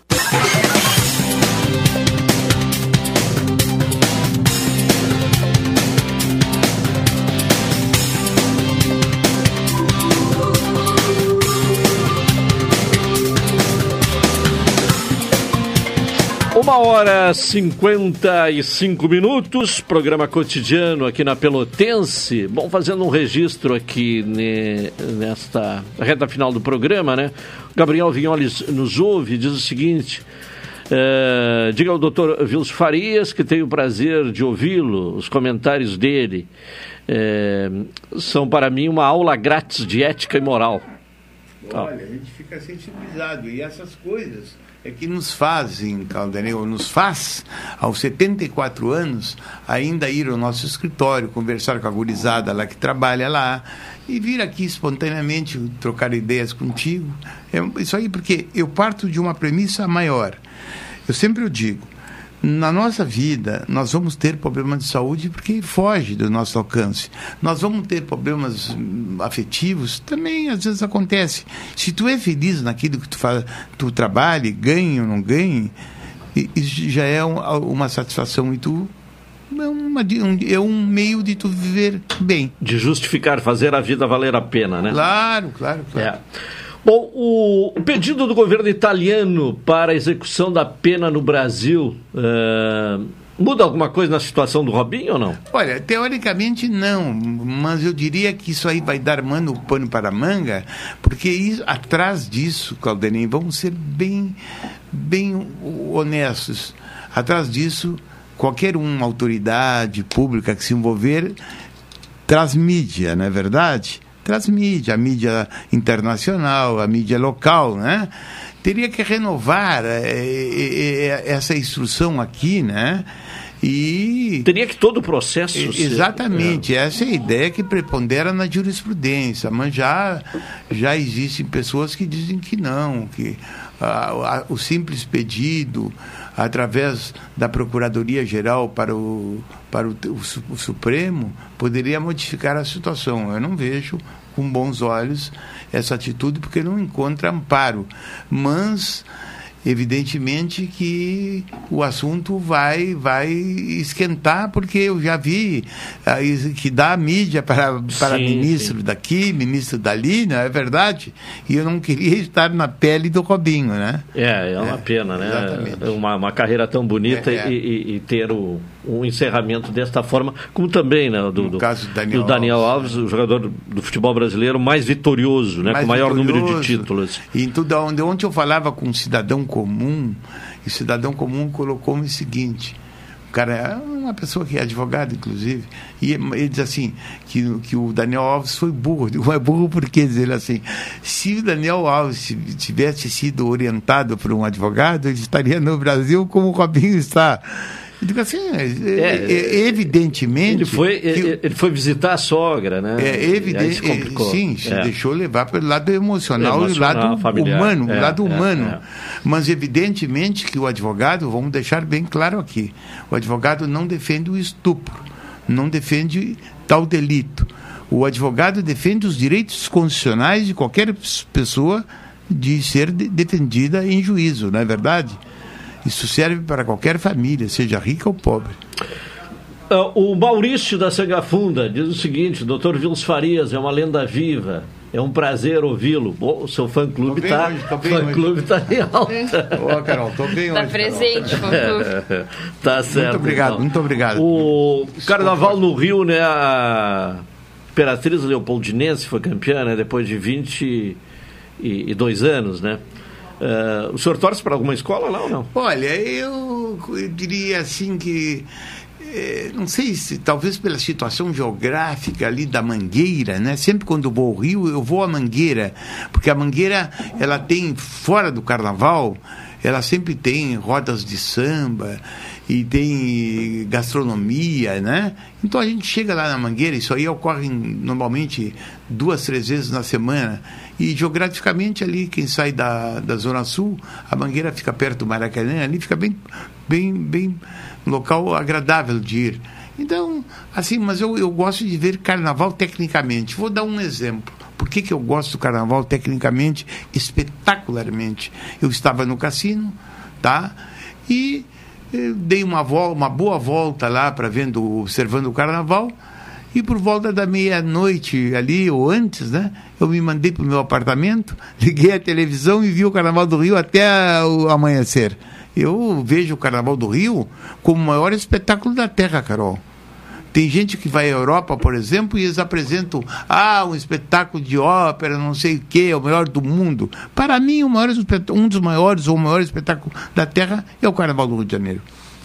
Uma hora 55 minutos, programa cotidiano aqui na Pelotense. Bom, fazendo um registro aqui nesta reta final do programa, né? O Gabriel Vignoles nos ouve e diz o seguinte: diga ao Dr. Wilson Farias que tenho o prazer de ouvi-lo, os comentários dele são para mim uma aula grátis de ética e moral. Olha, a gente fica sensibilizado e essas coisas é que nos fazem, Caldaneu, nos faz, aos 74 anos, ainda ir ao nosso escritório, conversar com a gurizada lá que trabalha lá e vir aqui espontaneamente trocar ideias contigo. Isso aí porque eu parto de uma premissa maior. Eu sempre digo, na nossa vida, nós vamos ter problemas de saúde porque foge do nosso alcance. Nós vamos ter problemas afetivos, também às vezes acontece. Se tu é feliz naquilo que tu faz, tu trabalha, ganha ou não ganha, isso já é uma satisfação e tu é um meio de tu viver bem. De justificar, fazer a vida valer a pena, né? Claro. Bom, o pedido do governo italiano para a execução da pena no Brasil Muda alguma coisa na situação do Robinho ou não? Olha, teoricamente não, mas eu diria que isso aí vai dar pano para manga, porque atrás disso, Claudenem, vamos ser bem honestos, atrás disso, qualquer uma autoridade pública que se envolver traz mídia, não é verdade? Traz mídia, a mídia internacional, a mídia local, né? Teria que renovar essa instrução aqui, né? E teria que todo o processo exatamente, essa é a ideia que prepondera na jurisprudência, mas já existem pessoas que dizem que não, que o simples pedido através da Procuradoria-Geral para o Supremo poderia modificar a situação. Eu não vejo com bons olhos essa atitude porque não encontra amparo, mas evidentemente que o assunto vai esquentar, porque eu já vi que dá mídia para ministro daqui, ministro dali, não é verdade? E eu não queria estar na pele do Robinho, né? É uma pena, né? Exatamente. Uma carreira tão bonita e ter um encerramento desta forma, como também, né, do caso do Daniel Alves, o jogador do futebol brasileiro mais vitorioso, né, com o maior número de títulos. E tudo ontem eu falava com um cidadão comum, e o cidadão comum colocou-me o seguinte: o cara é uma pessoa que é advogado, inclusive, e ele diz assim, que o Daniel Alves foi burro. Eu digo, é burro porque diz ele assim, se o Daniel Alves tivesse sido orientado por um advogado, ele estaria no Brasil como o Robinho está. Eu digo assim, evidentemente... Ele foi visitar a sogra, né? É evidente, sim, se deixou levar pelo lado emocional e o lado familiar, humano. Mas evidentemente que o advogado, vamos deixar bem claro aqui, o advogado não defende o estupro, não defende tal delito. O advogado defende os direitos constitucionais de qualquer pessoa de ser defendida em juízo, não é verdade? Isso serve para qualquer família, seja rica ou pobre. O Maurício da Sangafunda diz o seguinte: Dr. Vils Farias é uma lenda viva, é um prazer ouvi-lo. Bom, o seu fã-clube está em alta. Ô, Carol, estou bem hoje. Está presente, fã-clube. Tá certo. Muito obrigado. O Carnaval no Rio, né, a Imperatriz Leopoldinense foi campeã, né, depois de 22 anos, né? O senhor torce para alguma escola lá ou não? Olha, eu diria assim que, não sei se talvez pela situação geográfica ali da Mangueira, né? Sempre quando eu vou ao Rio, eu vou à Mangueira, porque a Mangueira, ela tem, fora do Carnaval, ela sempre tem rodas de samba e tem gastronomia, né? Então a gente chega lá na Mangueira, isso aí ocorre normalmente 2, 3 vezes na semana, e geograficamente ali, quem sai da Zona Sul, a Mangueira fica perto do Maracanã, ali fica bem local agradável de ir. Então, assim, mas eu gosto de ver Carnaval tecnicamente. Vou dar um exemplo. Por que eu gosto do Carnaval tecnicamente, espetacularmente? Eu estava no cassino, tá? E eu dei uma boa volta lá observando o Carnaval, e por volta da meia-noite ali, ou antes, né? Eu me mandei para o meu apartamento, liguei a televisão e vi o Carnaval do Rio até o amanhecer. Eu vejo o Carnaval do Rio como o maior espetáculo da Terra, Carol. Tem gente que vai à Europa, por exemplo, e eles apresentam um espetáculo de ópera, não sei o quê, é o melhor do mundo. Para mim, um dos maiores ou o maior espetáculo da Terra é o Carnaval do Rio de Janeiro.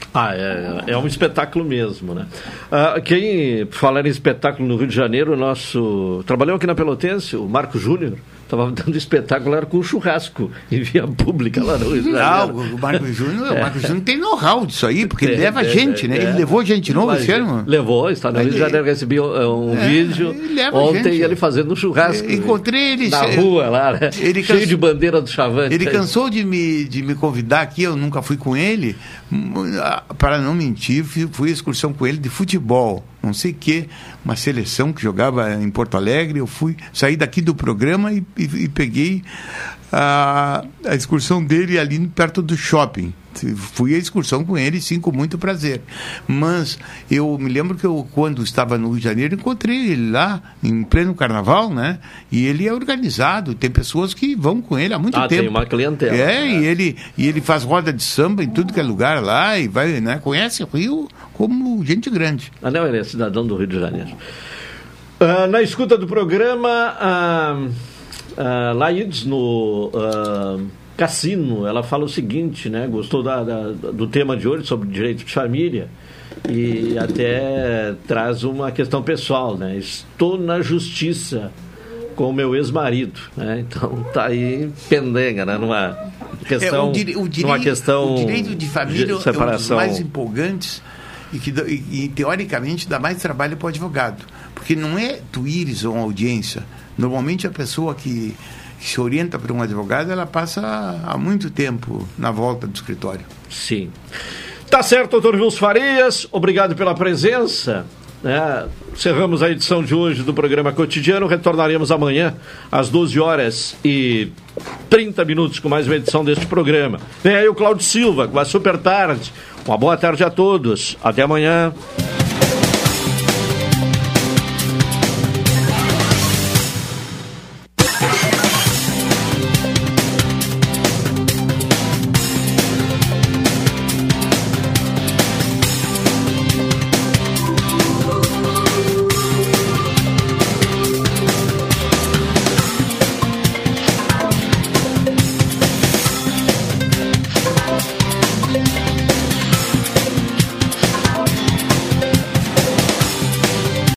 É um espetáculo mesmo, né? Quem falar em espetáculo no Rio de Janeiro, trabalhou aqui na Pelotense, o Marco Júnior, estava dando espetáculo, era com churrasco em via pública lá no Rio de Janeiro. O Marco Júnior tem know-how disso aí, porque ele leva gente, né? Ele levou gente novo esse ano? Levou, está no Rio de Janeiro, recebi um vídeo ontem, ele fazendo um churrasco. Encontrei ele na rua lá, né? Cheio de bandeira do Chavante. Ele cansou de me convidar aqui, eu nunca fui com ele, para não mentir, fui à excursão com ele de futebol, não sei o que, uma seleção que jogava em Porto Alegre. Eu saí daqui do programa e peguei a excursão dele ali perto do shopping, Fui à excursão com ele, sim, com muito prazer. Mas eu me lembro que quando estava no Rio de Janeiro, encontrei ele lá, em pleno carnaval, né? E ele é organizado, tem pessoas que vão com ele há muito tempo. Tem uma clientela. E ele faz roda de samba em tudo que é lugar lá, e vai, né? Conhece o Rio como gente grande. Não, ele é cidadão do Rio de Janeiro. Na escuta do programa, Laides, no Cassino, ela fala o seguinte, né? Gostou do tema de hoje sobre direito de família e até traz uma questão pessoal, né? Estou na justiça com o meu ex-marido, né? Então tá aí pendenga, né? Numa questão, numa questão o direito de família de separação. É um dos mais empolgantes e teoricamente dá mais trabalho para o advogado, porque não é tu ires a uma audiência. Normalmente a pessoa que se orienta para um advogado, ela passa há muito tempo na volta do escritório. Sim. Tá certo, doutor Wilson Farias, obrigado pela presença. Cerramos a edição de hoje do programa Cotidiano, retornaremos amanhã às 12h30 com mais uma edição deste programa. Vem aí o Cláudio Silva com a Super Tarde. Uma boa tarde a todos, até amanhã.